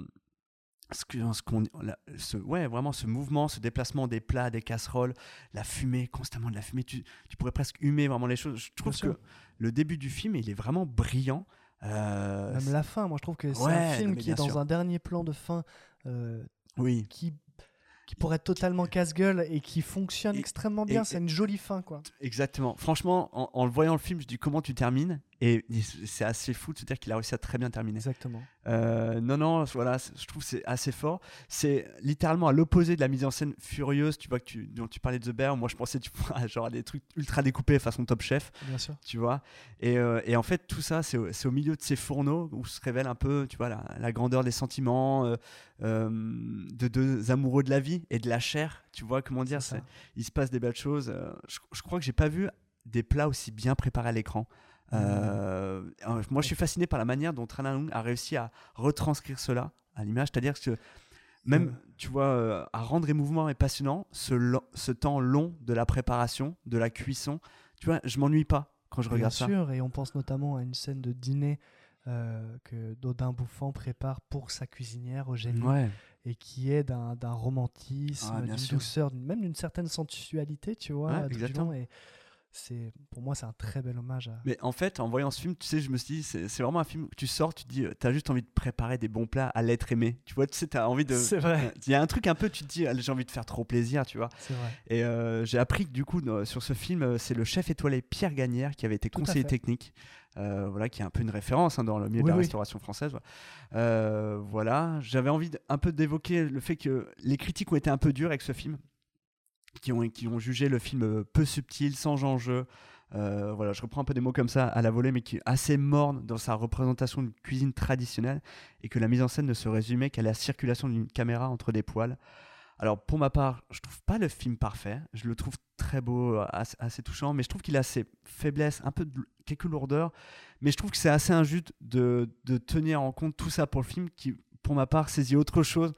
ce que, ce qu'on, la- ce, ouais, vraiment ce mouvement, ce déplacement des plats, des casseroles, la fumée, constamment de la fumée, tu, tu pourrais presque humer vraiment les choses. Je trouve Bien sûr. que le début du film, il est vraiment brillant. Euh, Même la fin, moi je trouve que c'est Ouais, un non, film mais qui est bien dans sûr. un dernier plan de fin euh, Oui. qui, qui pourrait être totalement casse-gueule et qui fonctionne Et- extrêmement bien. et- C'est une jolie fin, quoi. Exactement. Franchement, en, en le voyant le film, je dis comment tu termines et c'est assez fou de se dire qu'il a réussi à très bien terminer. Exactement. Euh, non, non, voilà, je trouve que c'est assez fort. C'est littéralement à l'opposé de la mise en scène furieuse, tu vois, que tu, dont tu parlais de The Bear. Moi, je pensais tu vois, genre à des trucs ultra découpés façon Top Chef. Bien sûr. Tu vois. Et, euh, et en fait, tout ça, c'est au, c'est au milieu de ces fourneaux où se révèle un peu, tu vois, la, la grandeur des sentiments euh, euh, de deux amoureux de la vie et de la chair. Tu vois, comment dire, C'est ça. c'est- il se passe des belles choses. Euh, je, je crois que j'ai pas vu des plats aussi bien préparés à l'écran. Euh, euh, moi, je suis fasciné par la manière dont Tran Han Hung a réussi à retranscrire cela à l'image, c'est-à-dire que même, Ouais. tu vois, euh, à rendre émouvant et passionnant ce, lo- ce temps long de la préparation, de la cuisson. Tu vois, je m'ennuie pas quand je Bien regarde ça. sûr, et on pense notamment à une scène de dîner euh, que Dodin Bouffant prépare pour sa cuisinière Eugénie, Ouais. et qui est d'un d'un romantisme, Ah, bien d'une sûr. douceur, d'une- même d'une certaine sensualité, tu vois. Ouais, tout du exactement. long, et c'est, pour moi, c'est un très bel hommage à... Mais en fait, en voyant ce film, tu sais, je me suis dit, c'est c'est vraiment un film où tu sors, tu te dis, euh, t'as juste envie de préparer des bons plats à l'être aimé. Tu vois, tu sais, t'as envie de. C'est vrai. Il y a un truc un peu, tu te dis, ah, j'ai envie de faire trop plaisir, tu vois. C'est vrai. Et euh, j'ai appris que du coup, euh, sur ce film, euh, c'est le chef étoilé Pierre Gagnère qui avait été Tout à conseiller fait. technique. Euh, voilà, qui est un peu une référence hein, dans le milieu Oui, de la oui. restauration française. Voilà, Euh, voilà. J'avais envie de- un peu d'évoquer le fait que les critiques ont été un peu dures avec ce film, qui ont, qui ont jugé le film euh, peu subtil, sans enjeu. Euh, voilà, je reprends un peu des mots comme ça à la volée, mais qui est assez morne dans sa représentation d'une cuisine traditionnelle et que la mise en scène ne se résumait qu'à la circulation d'une caméra entre des poêles. Alors pour ma part, je trouve pas le film parfait. Je le trouve très beau, assez, assez touchant, mais je trouve qu'il a ses faiblesses, un peu de, quelques lourdeurs. Mais je trouve que c'est assez injuste de, de tenir en compte tout ça pour le film, qui pour ma part saisit autre chose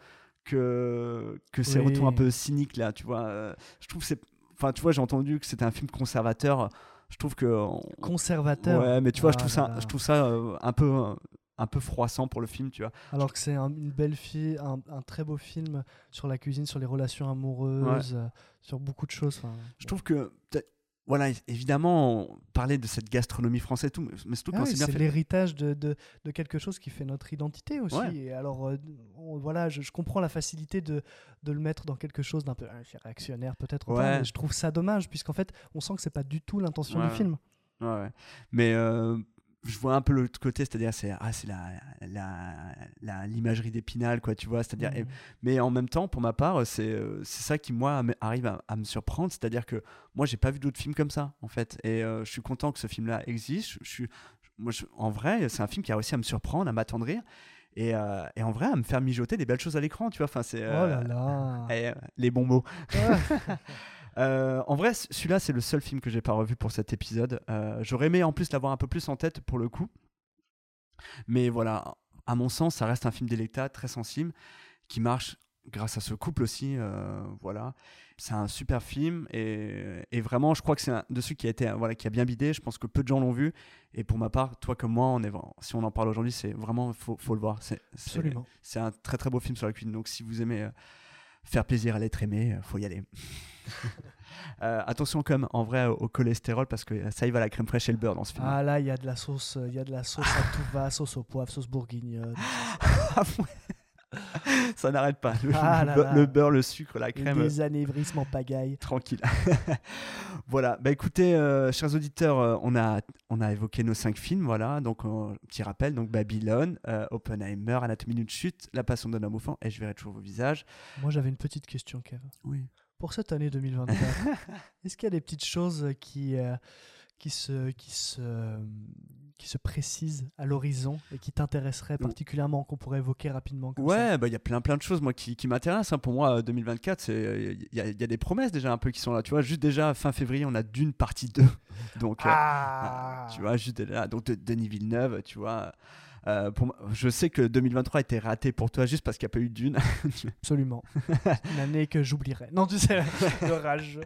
que que ces Oui. retours un peu cyniques là. Tu vois, Euh, je trouve que c'est, enfin tu vois, j'ai entendu que c'était un film conservateur. Je trouve que on- Conservateur. Ouais, mais tu vois, je Ah trouve là ça, là. je trouve ça euh, un peu euh, un peu froissant pour le film, tu vois. Alors que c'est un, une belle fille, un, un très beau film sur la cuisine, sur les relations amoureuses, euh, sur beaucoup de choses. enfin, Je trouve que, peut-être- voilà, évidemment, on parlait de cette gastronomie française, et tout, mais surtout Ah quand oui, c'est bien c'est fait. l'héritage de, de, de quelque chose qui fait notre identité aussi. Ouais. Et alors, euh, on- voilà, je, je comprends la facilité de, de le mettre dans quelque chose d'un peu euh, réactionnaire, peut-être. ou pas, Ouais. mais je trouve ça dommage, puisqu'en fait, on sent que c'est pas du tout l'intention Ouais, du film. Ouais, ouais. Mais euh, je vois un peu l'autre côté, c'est-à-dire c'est ah, c'est la, la, la- l'imagerie d'Épinal, quoi, tu vois. C'est-à-dire, Mhm. et- mais en même temps, pour ma part, c'est euh, c'est ça qui moi me- arrive à, à me surprendre, c'est-à-dire que moi, j'ai pas vu d'autres films comme ça, en fait. Et euh, je suis content que ce film-là existe. Je, je suis, moi, je- en vrai, c'est un film qui a réussi à me surprendre, à m'attendrir. Et, euh, et en vrai, à me faire mijoter des belles choses à l'écran, tu vois. Enfin, c'est, Oh là là. et, euh, les bons mots. Ah. Euh, en vrai, c- celui-là, c'est le seul film que j'ai pas revu pour cet épisode. Euh, j'aurais aimé en plus l'avoir un peu plus en tête pour le coup. Mais voilà, à mon sens, ça reste un film délectable, très sensible, qui marche grâce à ce couple aussi. euh, voilà, c'est un super film et, et vraiment, je crois que c'est un de ceux qui a été, voilà, qui a bien bidé. Je pense que peu de gens l'ont vu. Et pour ma part, toi comme moi, on est, vra- si on en parle aujourd'hui, c'est vraiment faut, faut le voir. C'est, c'est, Absolument. c'est un très très beau film sur la cuisine. Donc si vous aimez euh, faire plaisir à l'être aimé, euh, faut y aller. Euh, attention quand même en vrai au, au cholestérol parce que ça y va la crème fraîche et le beurre dans ce film. Ah là, il y a de la sauce, euh, il y a de la sauce à tout va, sauce au poivre, sauce bourguignonne. Ah ouais. Ça n'arrête pas. Le, Ah là le, là. le beurre, le sucre, la crème. Des anévrismes en pagaille. Tranquille. Voilà. Bah écoutez, euh, chers auditeurs, euh, on a on a évoqué nos cinq films. Voilà. Donc euh, petit rappel. Donc Babylone, euh, Oppenheimer, Anatomie d'une chute, La Passion d'un homme au fond, et je verrai toujours vos visages. Moi, j'avais une petite question, Kev. Oui. Pour cette année deux mille vingt-quatre, est-ce qu'il y a des petites choses qui, euh, qui, se, qui, se, qui se précisent à l'horizon et qui t'intéresseraient particulièrement, qu'on pourrait évoquer rapidement comme ça? Ouais, bah il y a plein plein de choses moi qui, qui m'intéressent. Hein. Pour moi, euh, deux mille vingt-quatre, c'est il y, a- il y a des promesses déjà un peu qui sont là. Tu vois, juste déjà fin février, on a Dune partie deux. Donc, euh, Ah. euh, tu vois, juste là, donc de- Denis Villeneuve, tu vois. Euh, pour moi, je sais que deux mille vingt-trois a été raté pour toi juste parce qu'il n'y a pas eu Dune. Absolument. C'est une année que j'oublierai. Non, tu sais, le rage.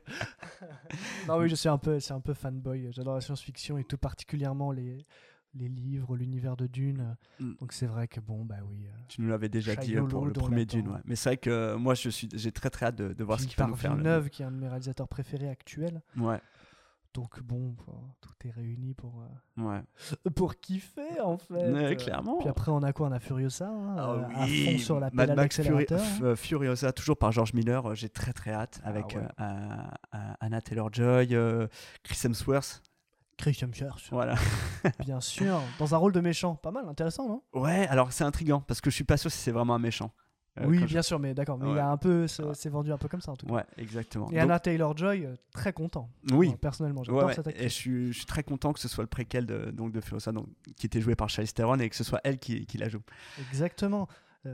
Non, oui, je suis un peu, c'est un peu fanboy. J'adore la science-fiction et tout particulièrement les, les livres, l'univers de Dune. Mm. Donc c'est vrai que bon, bah oui. euh, Tu nous l'avais déjà dit euh, Chaillot, pour le Lourdes, on premier l'attend. Dune. Ouais. Mais c'est vrai que euh, moi, je suis, j'ai très très hâte de, de voir ce Film qu'il va par nous faire. le- Villeneuve, qui est un de mes réalisateurs préférés actuels. Ouais. Donc bon, enfin, tout est réuni pour, euh, Ouais. pour kiffer en fait. Ouais, clairement. Puis après, on a quoi? On a Furiosa, hein, Ah euh, à oui, fond sur la Mad pédale Max Fury- d'accélérateur. F- euh, Furiosa, toujours par George Miller. euh, J'ai très très hâte avec ouais. euh, euh, euh, Anna Taylor-Joy, euh, Chris Hemsworth. Chris Hemsworth. Voilà. Bien sûr, dans un rôle de méchant. Pas mal, intéressant, non? Ouais, alors c'est intriguant parce que je suis pas sûr si c'est vraiment un méchant. Euh, Oui, quand je- bien sûr, mais d'accord. Mais il y Ouais. a un peu, c'est c'est vendu un peu comme ça en tout cas. Ouais, exactement. Et Donc- Anna Taylor-Joy, euh, très content. Oui. Moi, personnellement, Ouais, j'adore ouais. cette Et actrice. je suis, je suis très content que ce soit le préquel de, donc de Furiosa, donc, qui était joué par Charlize Theron et que ce soit elle qui, qui la joue. Exactement.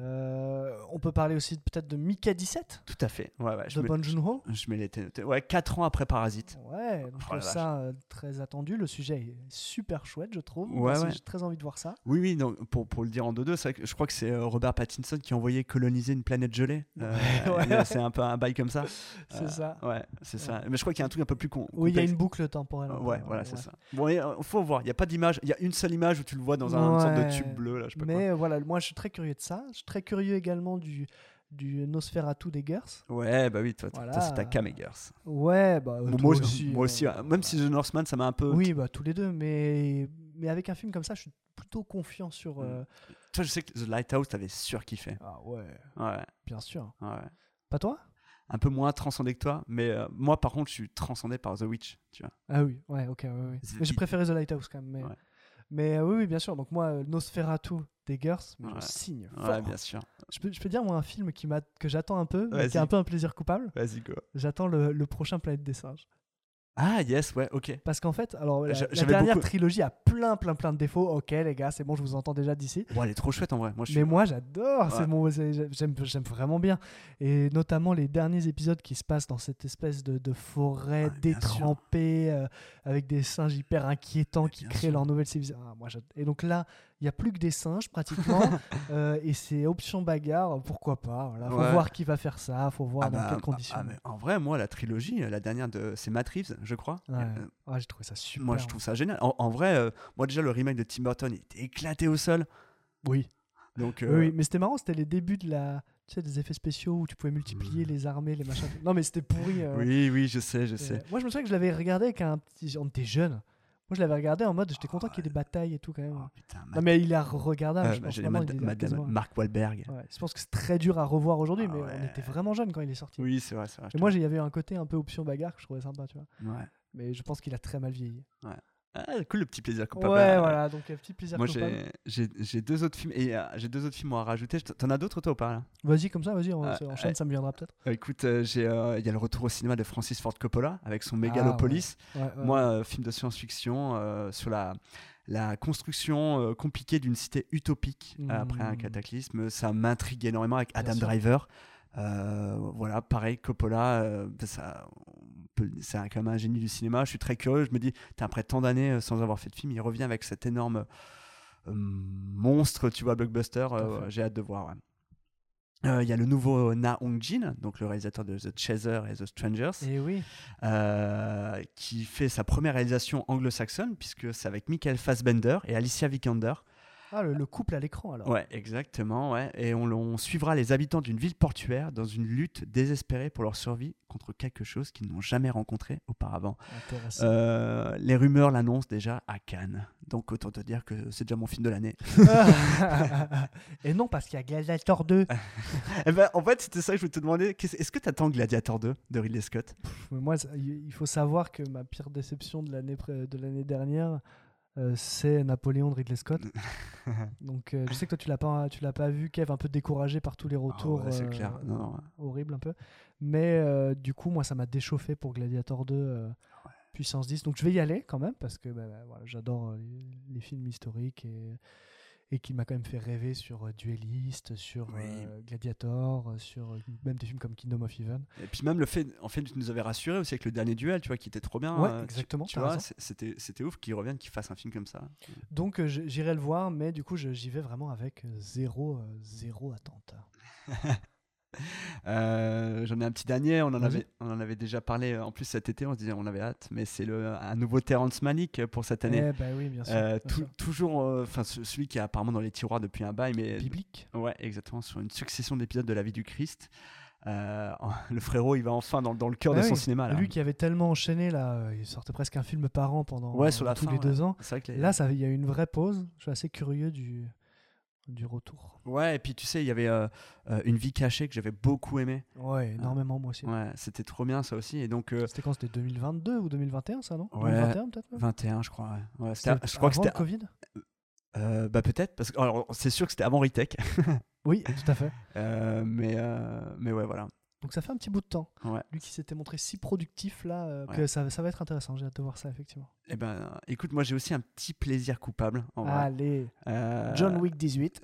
Euh, on peut parler aussi peut-être de Mickey dix-sept Tout à fait. Ouais, ouais, je de me- Bong Joon-ho. Je me l'étais noté. Ouais, quatre ans après Parasite. Ouais, donc Oh la ça euh, très attendu. Le sujet est super chouette, je trouve. Ouais, Moi aussi, ouais. j'ai très envie de voir ça. Oui, oui, donc, pour, pour le dire en deux-deux, c'est vrai que je crois que c'est euh, Robert Pattinson qui a envoyé coloniser une planète gelée. Euh, Ouais. il y a- C'est un peu un bail comme ça. C'est Euh, ça. Ouais, c'est ça. Mais je crois qu'il y a un truc un peu plus con. Oui, il y a complexe. une boucle temporelle. un peu, Ouais, voilà, c'est ouais. ça. Bon, il faut voir. Il n'y a pas d'image. Il y a une seule image où tu le vois dans un une sorte de Ouais. tube bleu. Là, je sais pas Mais euh, voilà, moi je suis très curieux de ça. Je suis très curieux également du, du Nosferatu des Gers. quoi. Ouais, bah oui, toi, Voilà. toi, c'est ta cam, Eggers. Ouais, bah. euh, Bon, toi moi, aussi, moi euh, aussi, hein. Même si The Northman, ça m'a un peu. Oui, bah tous les deux, mais, mais avec un film comme ça, je suis plutôt confiant sur. euh, Toi, je sais que The Lighthouse, t'avais surkiffé. Ah ouais. Ouais. Bien sûr. Ouais. Pas toi? Un peu moins transcendé que toi, mais euh, moi, par contre, je suis transcendé par The Witch, tu vois. Ah oui, ouais, ok, ouais, ouais. The- Mais j'ai préféré The Lighthouse quand même. Mais, Ouais. mais euh, oui, oui, bien sûr. Donc moi, euh, Nosferatu des Gers, mais Ouais. je signe. Ouais, fort. bien sûr. Je peux, je peux dire, moi, un film qui m'a, que j'attends un peu, mais Vas-y. qui est un peu un plaisir coupable. Vas-y, go. J'attends le, le prochain Planète des Singes. Ah, yes, ouais, ok. Parce qu'en fait, alors la, J'a- la j'avais dernière beaucoup- trilogie a plein, plein, plein de défauts. Ok, les gars, c'est bon, je vous entends déjà d'ici. Bon, elle est trop chouette en vrai. Moi, je Mais suis... moi, j'adore. Ouais. C'est mon, c'est- j'aime, j'aime vraiment bien. Et notamment les derniers épisodes qui se passent dans cette espèce de, de forêt Ah, bien détrempée euh, avec des singes hyper inquiétants qui bien créent sûr. leur nouvelle civilisation. Ah, moi, j'ad- et donc là, il n'y a plus que des singes pratiquement. euh, et c'est option bagarre. Pourquoi pas? Voilà. Faut Ouais. voir qui va faire ça. Faut voir Ah dans bah, quelles conditions. ah, mais en vrai, moi, la trilogie, la dernière de. C'est Matt Reeves, je crois. Ouais. Euh, Ah, j'ai trouvé ça super. Moi, je trouve ça génial. En, en vrai, euh, moi, déjà, le remake de Tim Burton, il était éclaté au sol. Oui. Donc, Oui, euh, oui, mais c'était marrant, c'était les débuts de la, tu sais, des effets spéciaux où tu pouvais multiplier les armées, les machins. Non, mais c'était pourri. euh. oui, oui, je sais, je Et, sais. euh, moi, je me souviens que je l'avais regardé avec un petit. On était jeunes. Moi, je l'avais regardé en mode, j'étais content qu'il y ait des batailles et tout quand même. non, mais il est regardable. Euh, je bah, pense j'ai vraiment, Mad- il est Mad- quasiment- Mark Wahlberg. Ouais, je pense que c'est très dur à revoir aujourd'hui, Ah mais ouais. on était vraiment jeunes quand il est sorti. Oui, c'est vrai, c'est vrai. je Et te- moi, il y avait un côté un peu option bagarre que je trouvais sympa, tu vois. Ouais. Mais je pense qu'il a très mal vieilli. Ouais. Ah, cool, le petit plaisir coupable. Ouais, Euh, voilà, donc un petit plaisir Moi, coupable. j'ai- j'ai j'ai deux autres films et euh, j'ai deux autres films à rajouter. T'en as d'autres toi ou pas là? Vas-y, comme ça, vas-y, on Ah, enchaîne, ouais. ça me viendra peut-être. Euh, Écoute, euh, j'ai, euh, il y a le retour au cinéma de Francis Ford Coppola avec son Megalopolis. ouais. Ouais, ouais, Moi, euh, film de science-fiction euh, sur la, la construction euh, compliquée d'une cité utopique euh, après un Mm. cataclysme. Ça m'intrigue énormément avec Adam sûr. Driver. Euh, voilà, pareil, Coppola, euh, ça, on peut- c'est un- quand même un génie du cinéma. Je suis très curieux. Je me dis, t'as après tant d'années euh, sans avoir fait de film, il revient avec cet énorme euh, monstre, tu vois, blockbuster. Euh, fait. j'ai hâte de voir. ouais. Euh, Il y a le nouveau Na Hong-jin, donc le réalisateur de The Chaser et The Strangers, Et oui. euh, qui fait sa première réalisation anglo-saxonne, puisque c'est avec Michael Fassbender et Alicia Vikander. Ah, le, le couple à l'écran alors. Ouais, exactement. Ouais. Et on, on suivra les habitants d'une ville portuaire dans une lutte désespérée pour leur survie contre quelque chose qu'ils n'ont jamais rencontré auparavant. Intéressant. Euh, les rumeurs l'annoncent déjà à Cannes. Donc autant te dire que c'est déjà mon film de l'année. Et non, parce qu'il y a Gladiator deux. Eh ben, en fait, c'était ça que je voulais te demander. Est-ce que tu attends Gladiator deux de Ridley Scott? Pff, moi, il faut savoir que ma pire déception de l'année, de l'année dernière, euh, c'est Napoléon de Ridley Scott. Donc, euh, je sais que toi, tu l'as pas, tu l'as pas vu, Kev, un peu découragé par tous les retours. Oh, ouais, c'est euh, clair. Non, non. Horrible un peu. Mais euh, du coup, moi, ça m'a déchauffé pour Gladiator deux. Euh, ouais. Puissance dix. Donc je vais y aller quand même parce que bah, bah, voilà, j'adore les, les films historiques et, et qu'il m'a quand même fait rêver sur euh, Duelist, sur oui. euh, Gladiator, sur euh, même des films comme Kingdom of Heaven. Et puis même le fait, en fait, tu nous avais rassuré aussi avec le dernier duel, tu vois, qui était trop bien. Ouais, euh, exactement. Tu, tu vois, c'était, c'était ouf qu'ils reviennent, qu'ils fassent un film comme ça. Donc euh, j'irai le voir, mais du coup je, j'y vais vraiment avec zéro, euh, zéro attente. Euh, j'en ai un petit dernier, on en, avait, on en avait déjà parlé en plus cet été, on se disait on avait hâte, mais c'est le, un nouveau Terrence Malick pour cette année. Eh bah oui, bien sûr, euh, bien tout, sûr. Toujours, enfin euh, celui qui est apparemment dans les tiroirs depuis un bail, mais biblique. Ouais, exactement, sur une succession d'épisodes de la vie du Christ. Euh, le frérot, il va enfin dans, dans le cœur bah de oui. son cinéma. Là. Lui qui avait tellement enchaîné, là, il sortait presque un film par an pendant ouais, sur la tous fin, les ouais. deux ans. C'est vrai que les... Là, ça, il y a eu une vraie pause. Je suis assez curieux du. du retour. Ouais, et puis tu sais, il y avait euh, euh, Une vie cachée que j'avais beaucoup aimé. Ouais, énormément, euh, moi aussi. Ouais, c'était trop bien ça aussi. Et donc, euh... c'était quand? C'était deux mille vingt-deux ou deux mille vingt et un, ça, non? Ouais, deux mille vingt et un peut-être même vingt et un, je crois. Ouais. Ouais, c'était c'était, je crois avant que c'était le Covid. Euh, bah peut-être, parce que alors, c'est sûr que c'était avant Retech. Oui, tout à fait. euh, mais, euh, mais ouais, voilà. Donc ça fait un petit bout de temps. Ouais. Lui qui s'était montré si productif là, euh, ouais. que ça, ça va être intéressant. J'ai hâte de voir ça, effectivement. Eh ben, écoute, moi j'ai aussi un petit plaisir coupable. En vrai. Allez, euh... John Wick dix-huit.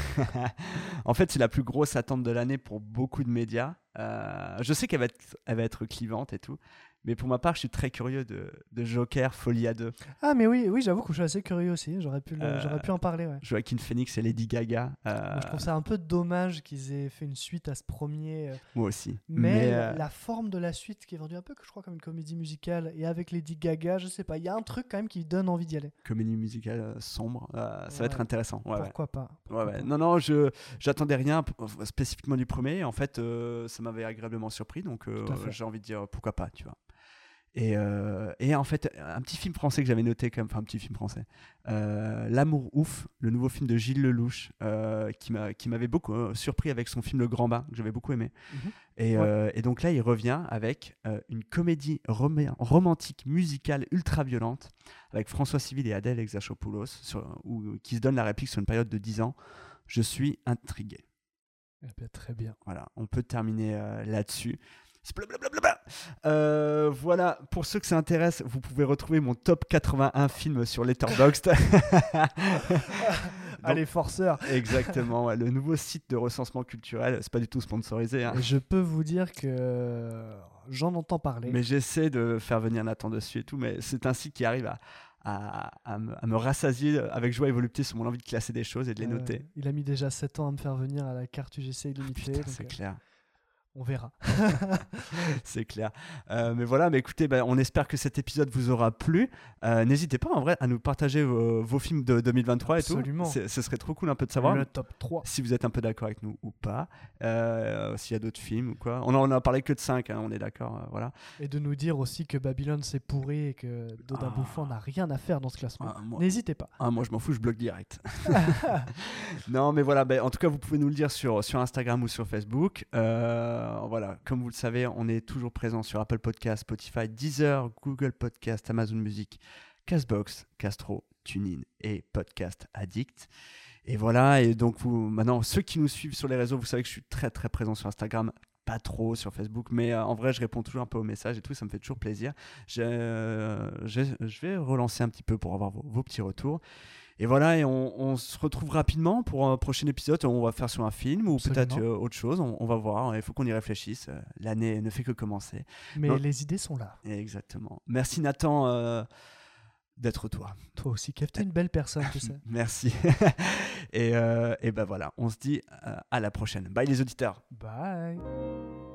En fait, c'est la plus grosse attente de l'année pour beaucoup de médias. Euh, je sais qu'elle va être, elle va être clivante et tout. Mais pour ma part, je suis très curieux de, de Joker, Folie à deux. Ah, mais oui, oui, j'avoue que je suis assez curieux aussi. J'aurais pu, le, euh, j'aurais pu en parler. Ouais. Joaquin Phoenix et Lady Gaga. Euh... Moi, je trouve ça un peu dommage qu'ils aient fait une suite à ce premier. Euh... Moi aussi. Mais, mais la, euh... la forme de la suite qui est vendue un peu, que je crois, comme une comédie musicale, et avec Lady Gaga, je sais pas, il y a un truc quand même qui donne envie d'y aller. Comédie musicale euh, sombre, euh, ça ouais. va être intéressant. Ouais, Pourquoi ouais. pas Pourquoi ouais, ouais. pas. Non, non, je j'attendais rien spécifiquement du premier. En fait, euh, ça m'avait agréablement surpris, donc euh, j'ai envie de dire pourquoi pas, tu vois. Et, euh, et en fait, un petit film français que j'avais noté, comme, enfin un petit film français, euh, L'amour ouf, le nouveau film de Gilles Lelouch, euh, qui, m'a, qui m'avait beaucoup euh, surpris avec son film Le Grand Bain, que j'avais beaucoup aimé. Mm-hmm. Et, ouais. euh, et donc là, il revient avec euh, une comédie rom- romantique, musicale, ultra violente, avec François Civil et Adèle Exarchopoulos, sur, où, qui se donne la réplique sur une période de dix ans. Je suis intrigué. Eh bien, très bien. Voilà, on peut terminer euh, là-dessus. Euh, voilà, pour ceux que ça intéresse, vous pouvez retrouver mon top quatre-vingt-un films sur Letterboxd. Allez, forceur. Exactement, ouais, le nouveau site de recensement culturel. C'est pas du tout sponsorisé. Hein. Et je peux vous dire que j'en entends parler. Mais j'essaie de faire venir Nathan dessus et tout, mais c'est un site qui arrive à, à, à, me, à me rassasier avec joie et volupté sur mon envie de classer des choses et de les euh, noter. Il a mis déjà sept ans à me faire venir à la carte U G C illimitée. Oh, putain, c'est euh... clair. On verra. C'est clair. Euh, mais voilà, mais écoutez, bah, on espère que cet épisode vous aura plu. Euh, n'hésitez pas en vrai à nous partager vos, vos films de deux mille vingt-trois. Absolument. Et tout. C'est, ce serait trop cool un peu de savoir. Le top trois. Si vous êtes un peu d'accord avec nous ou pas. Euh, s'il y a d'autres films ou quoi. On en a parlé que de cinq, hein, on est d'accord. Euh, voilà. Et de nous dire aussi que Babylone c'est pourri et que Dodin ah. Bouffant n'a rien à faire dans ce classement. Ah, moi... N'hésitez pas. Ah, moi je m'en fous, je bloque direct. Non, mais voilà, bah, en tout cas, vous pouvez nous le dire sur, sur Instagram ou sur Facebook. Euh, voilà, comme vous le savez, on est toujours présent sur Apple Podcasts, Spotify, Deezer, Google Podcasts, Amazon Music, Castbox, Castro, TuneIn et Podcast Addict. Et voilà, et donc vous, maintenant, ceux qui nous suivent sur les réseaux, vous savez que je suis très très présent sur Instagram, pas trop sur Facebook, mais euh, en vrai, je réponds toujours un peu aux messages et tout, ça me fait toujours plaisir. J'ai, euh, j'ai, je vais relancer un petit peu pour avoir vos, vos petits retours. Et voilà, et on, on se retrouve rapidement pour un prochain épisode. On va faire sur un film ou Absolument. peut-être euh, autre chose. On, on va voir. Il faut qu'on y réfléchisse. L'année ne fait que commencer. Mais Donc, les idées sont là. Exactement. Merci Nathan euh, d'être toi. Toi aussi, Kev, t'es une belle personne, tu sais. Merci. et, euh, et ben voilà, on se dit euh, à la prochaine. Bye les auditeurs. Bye.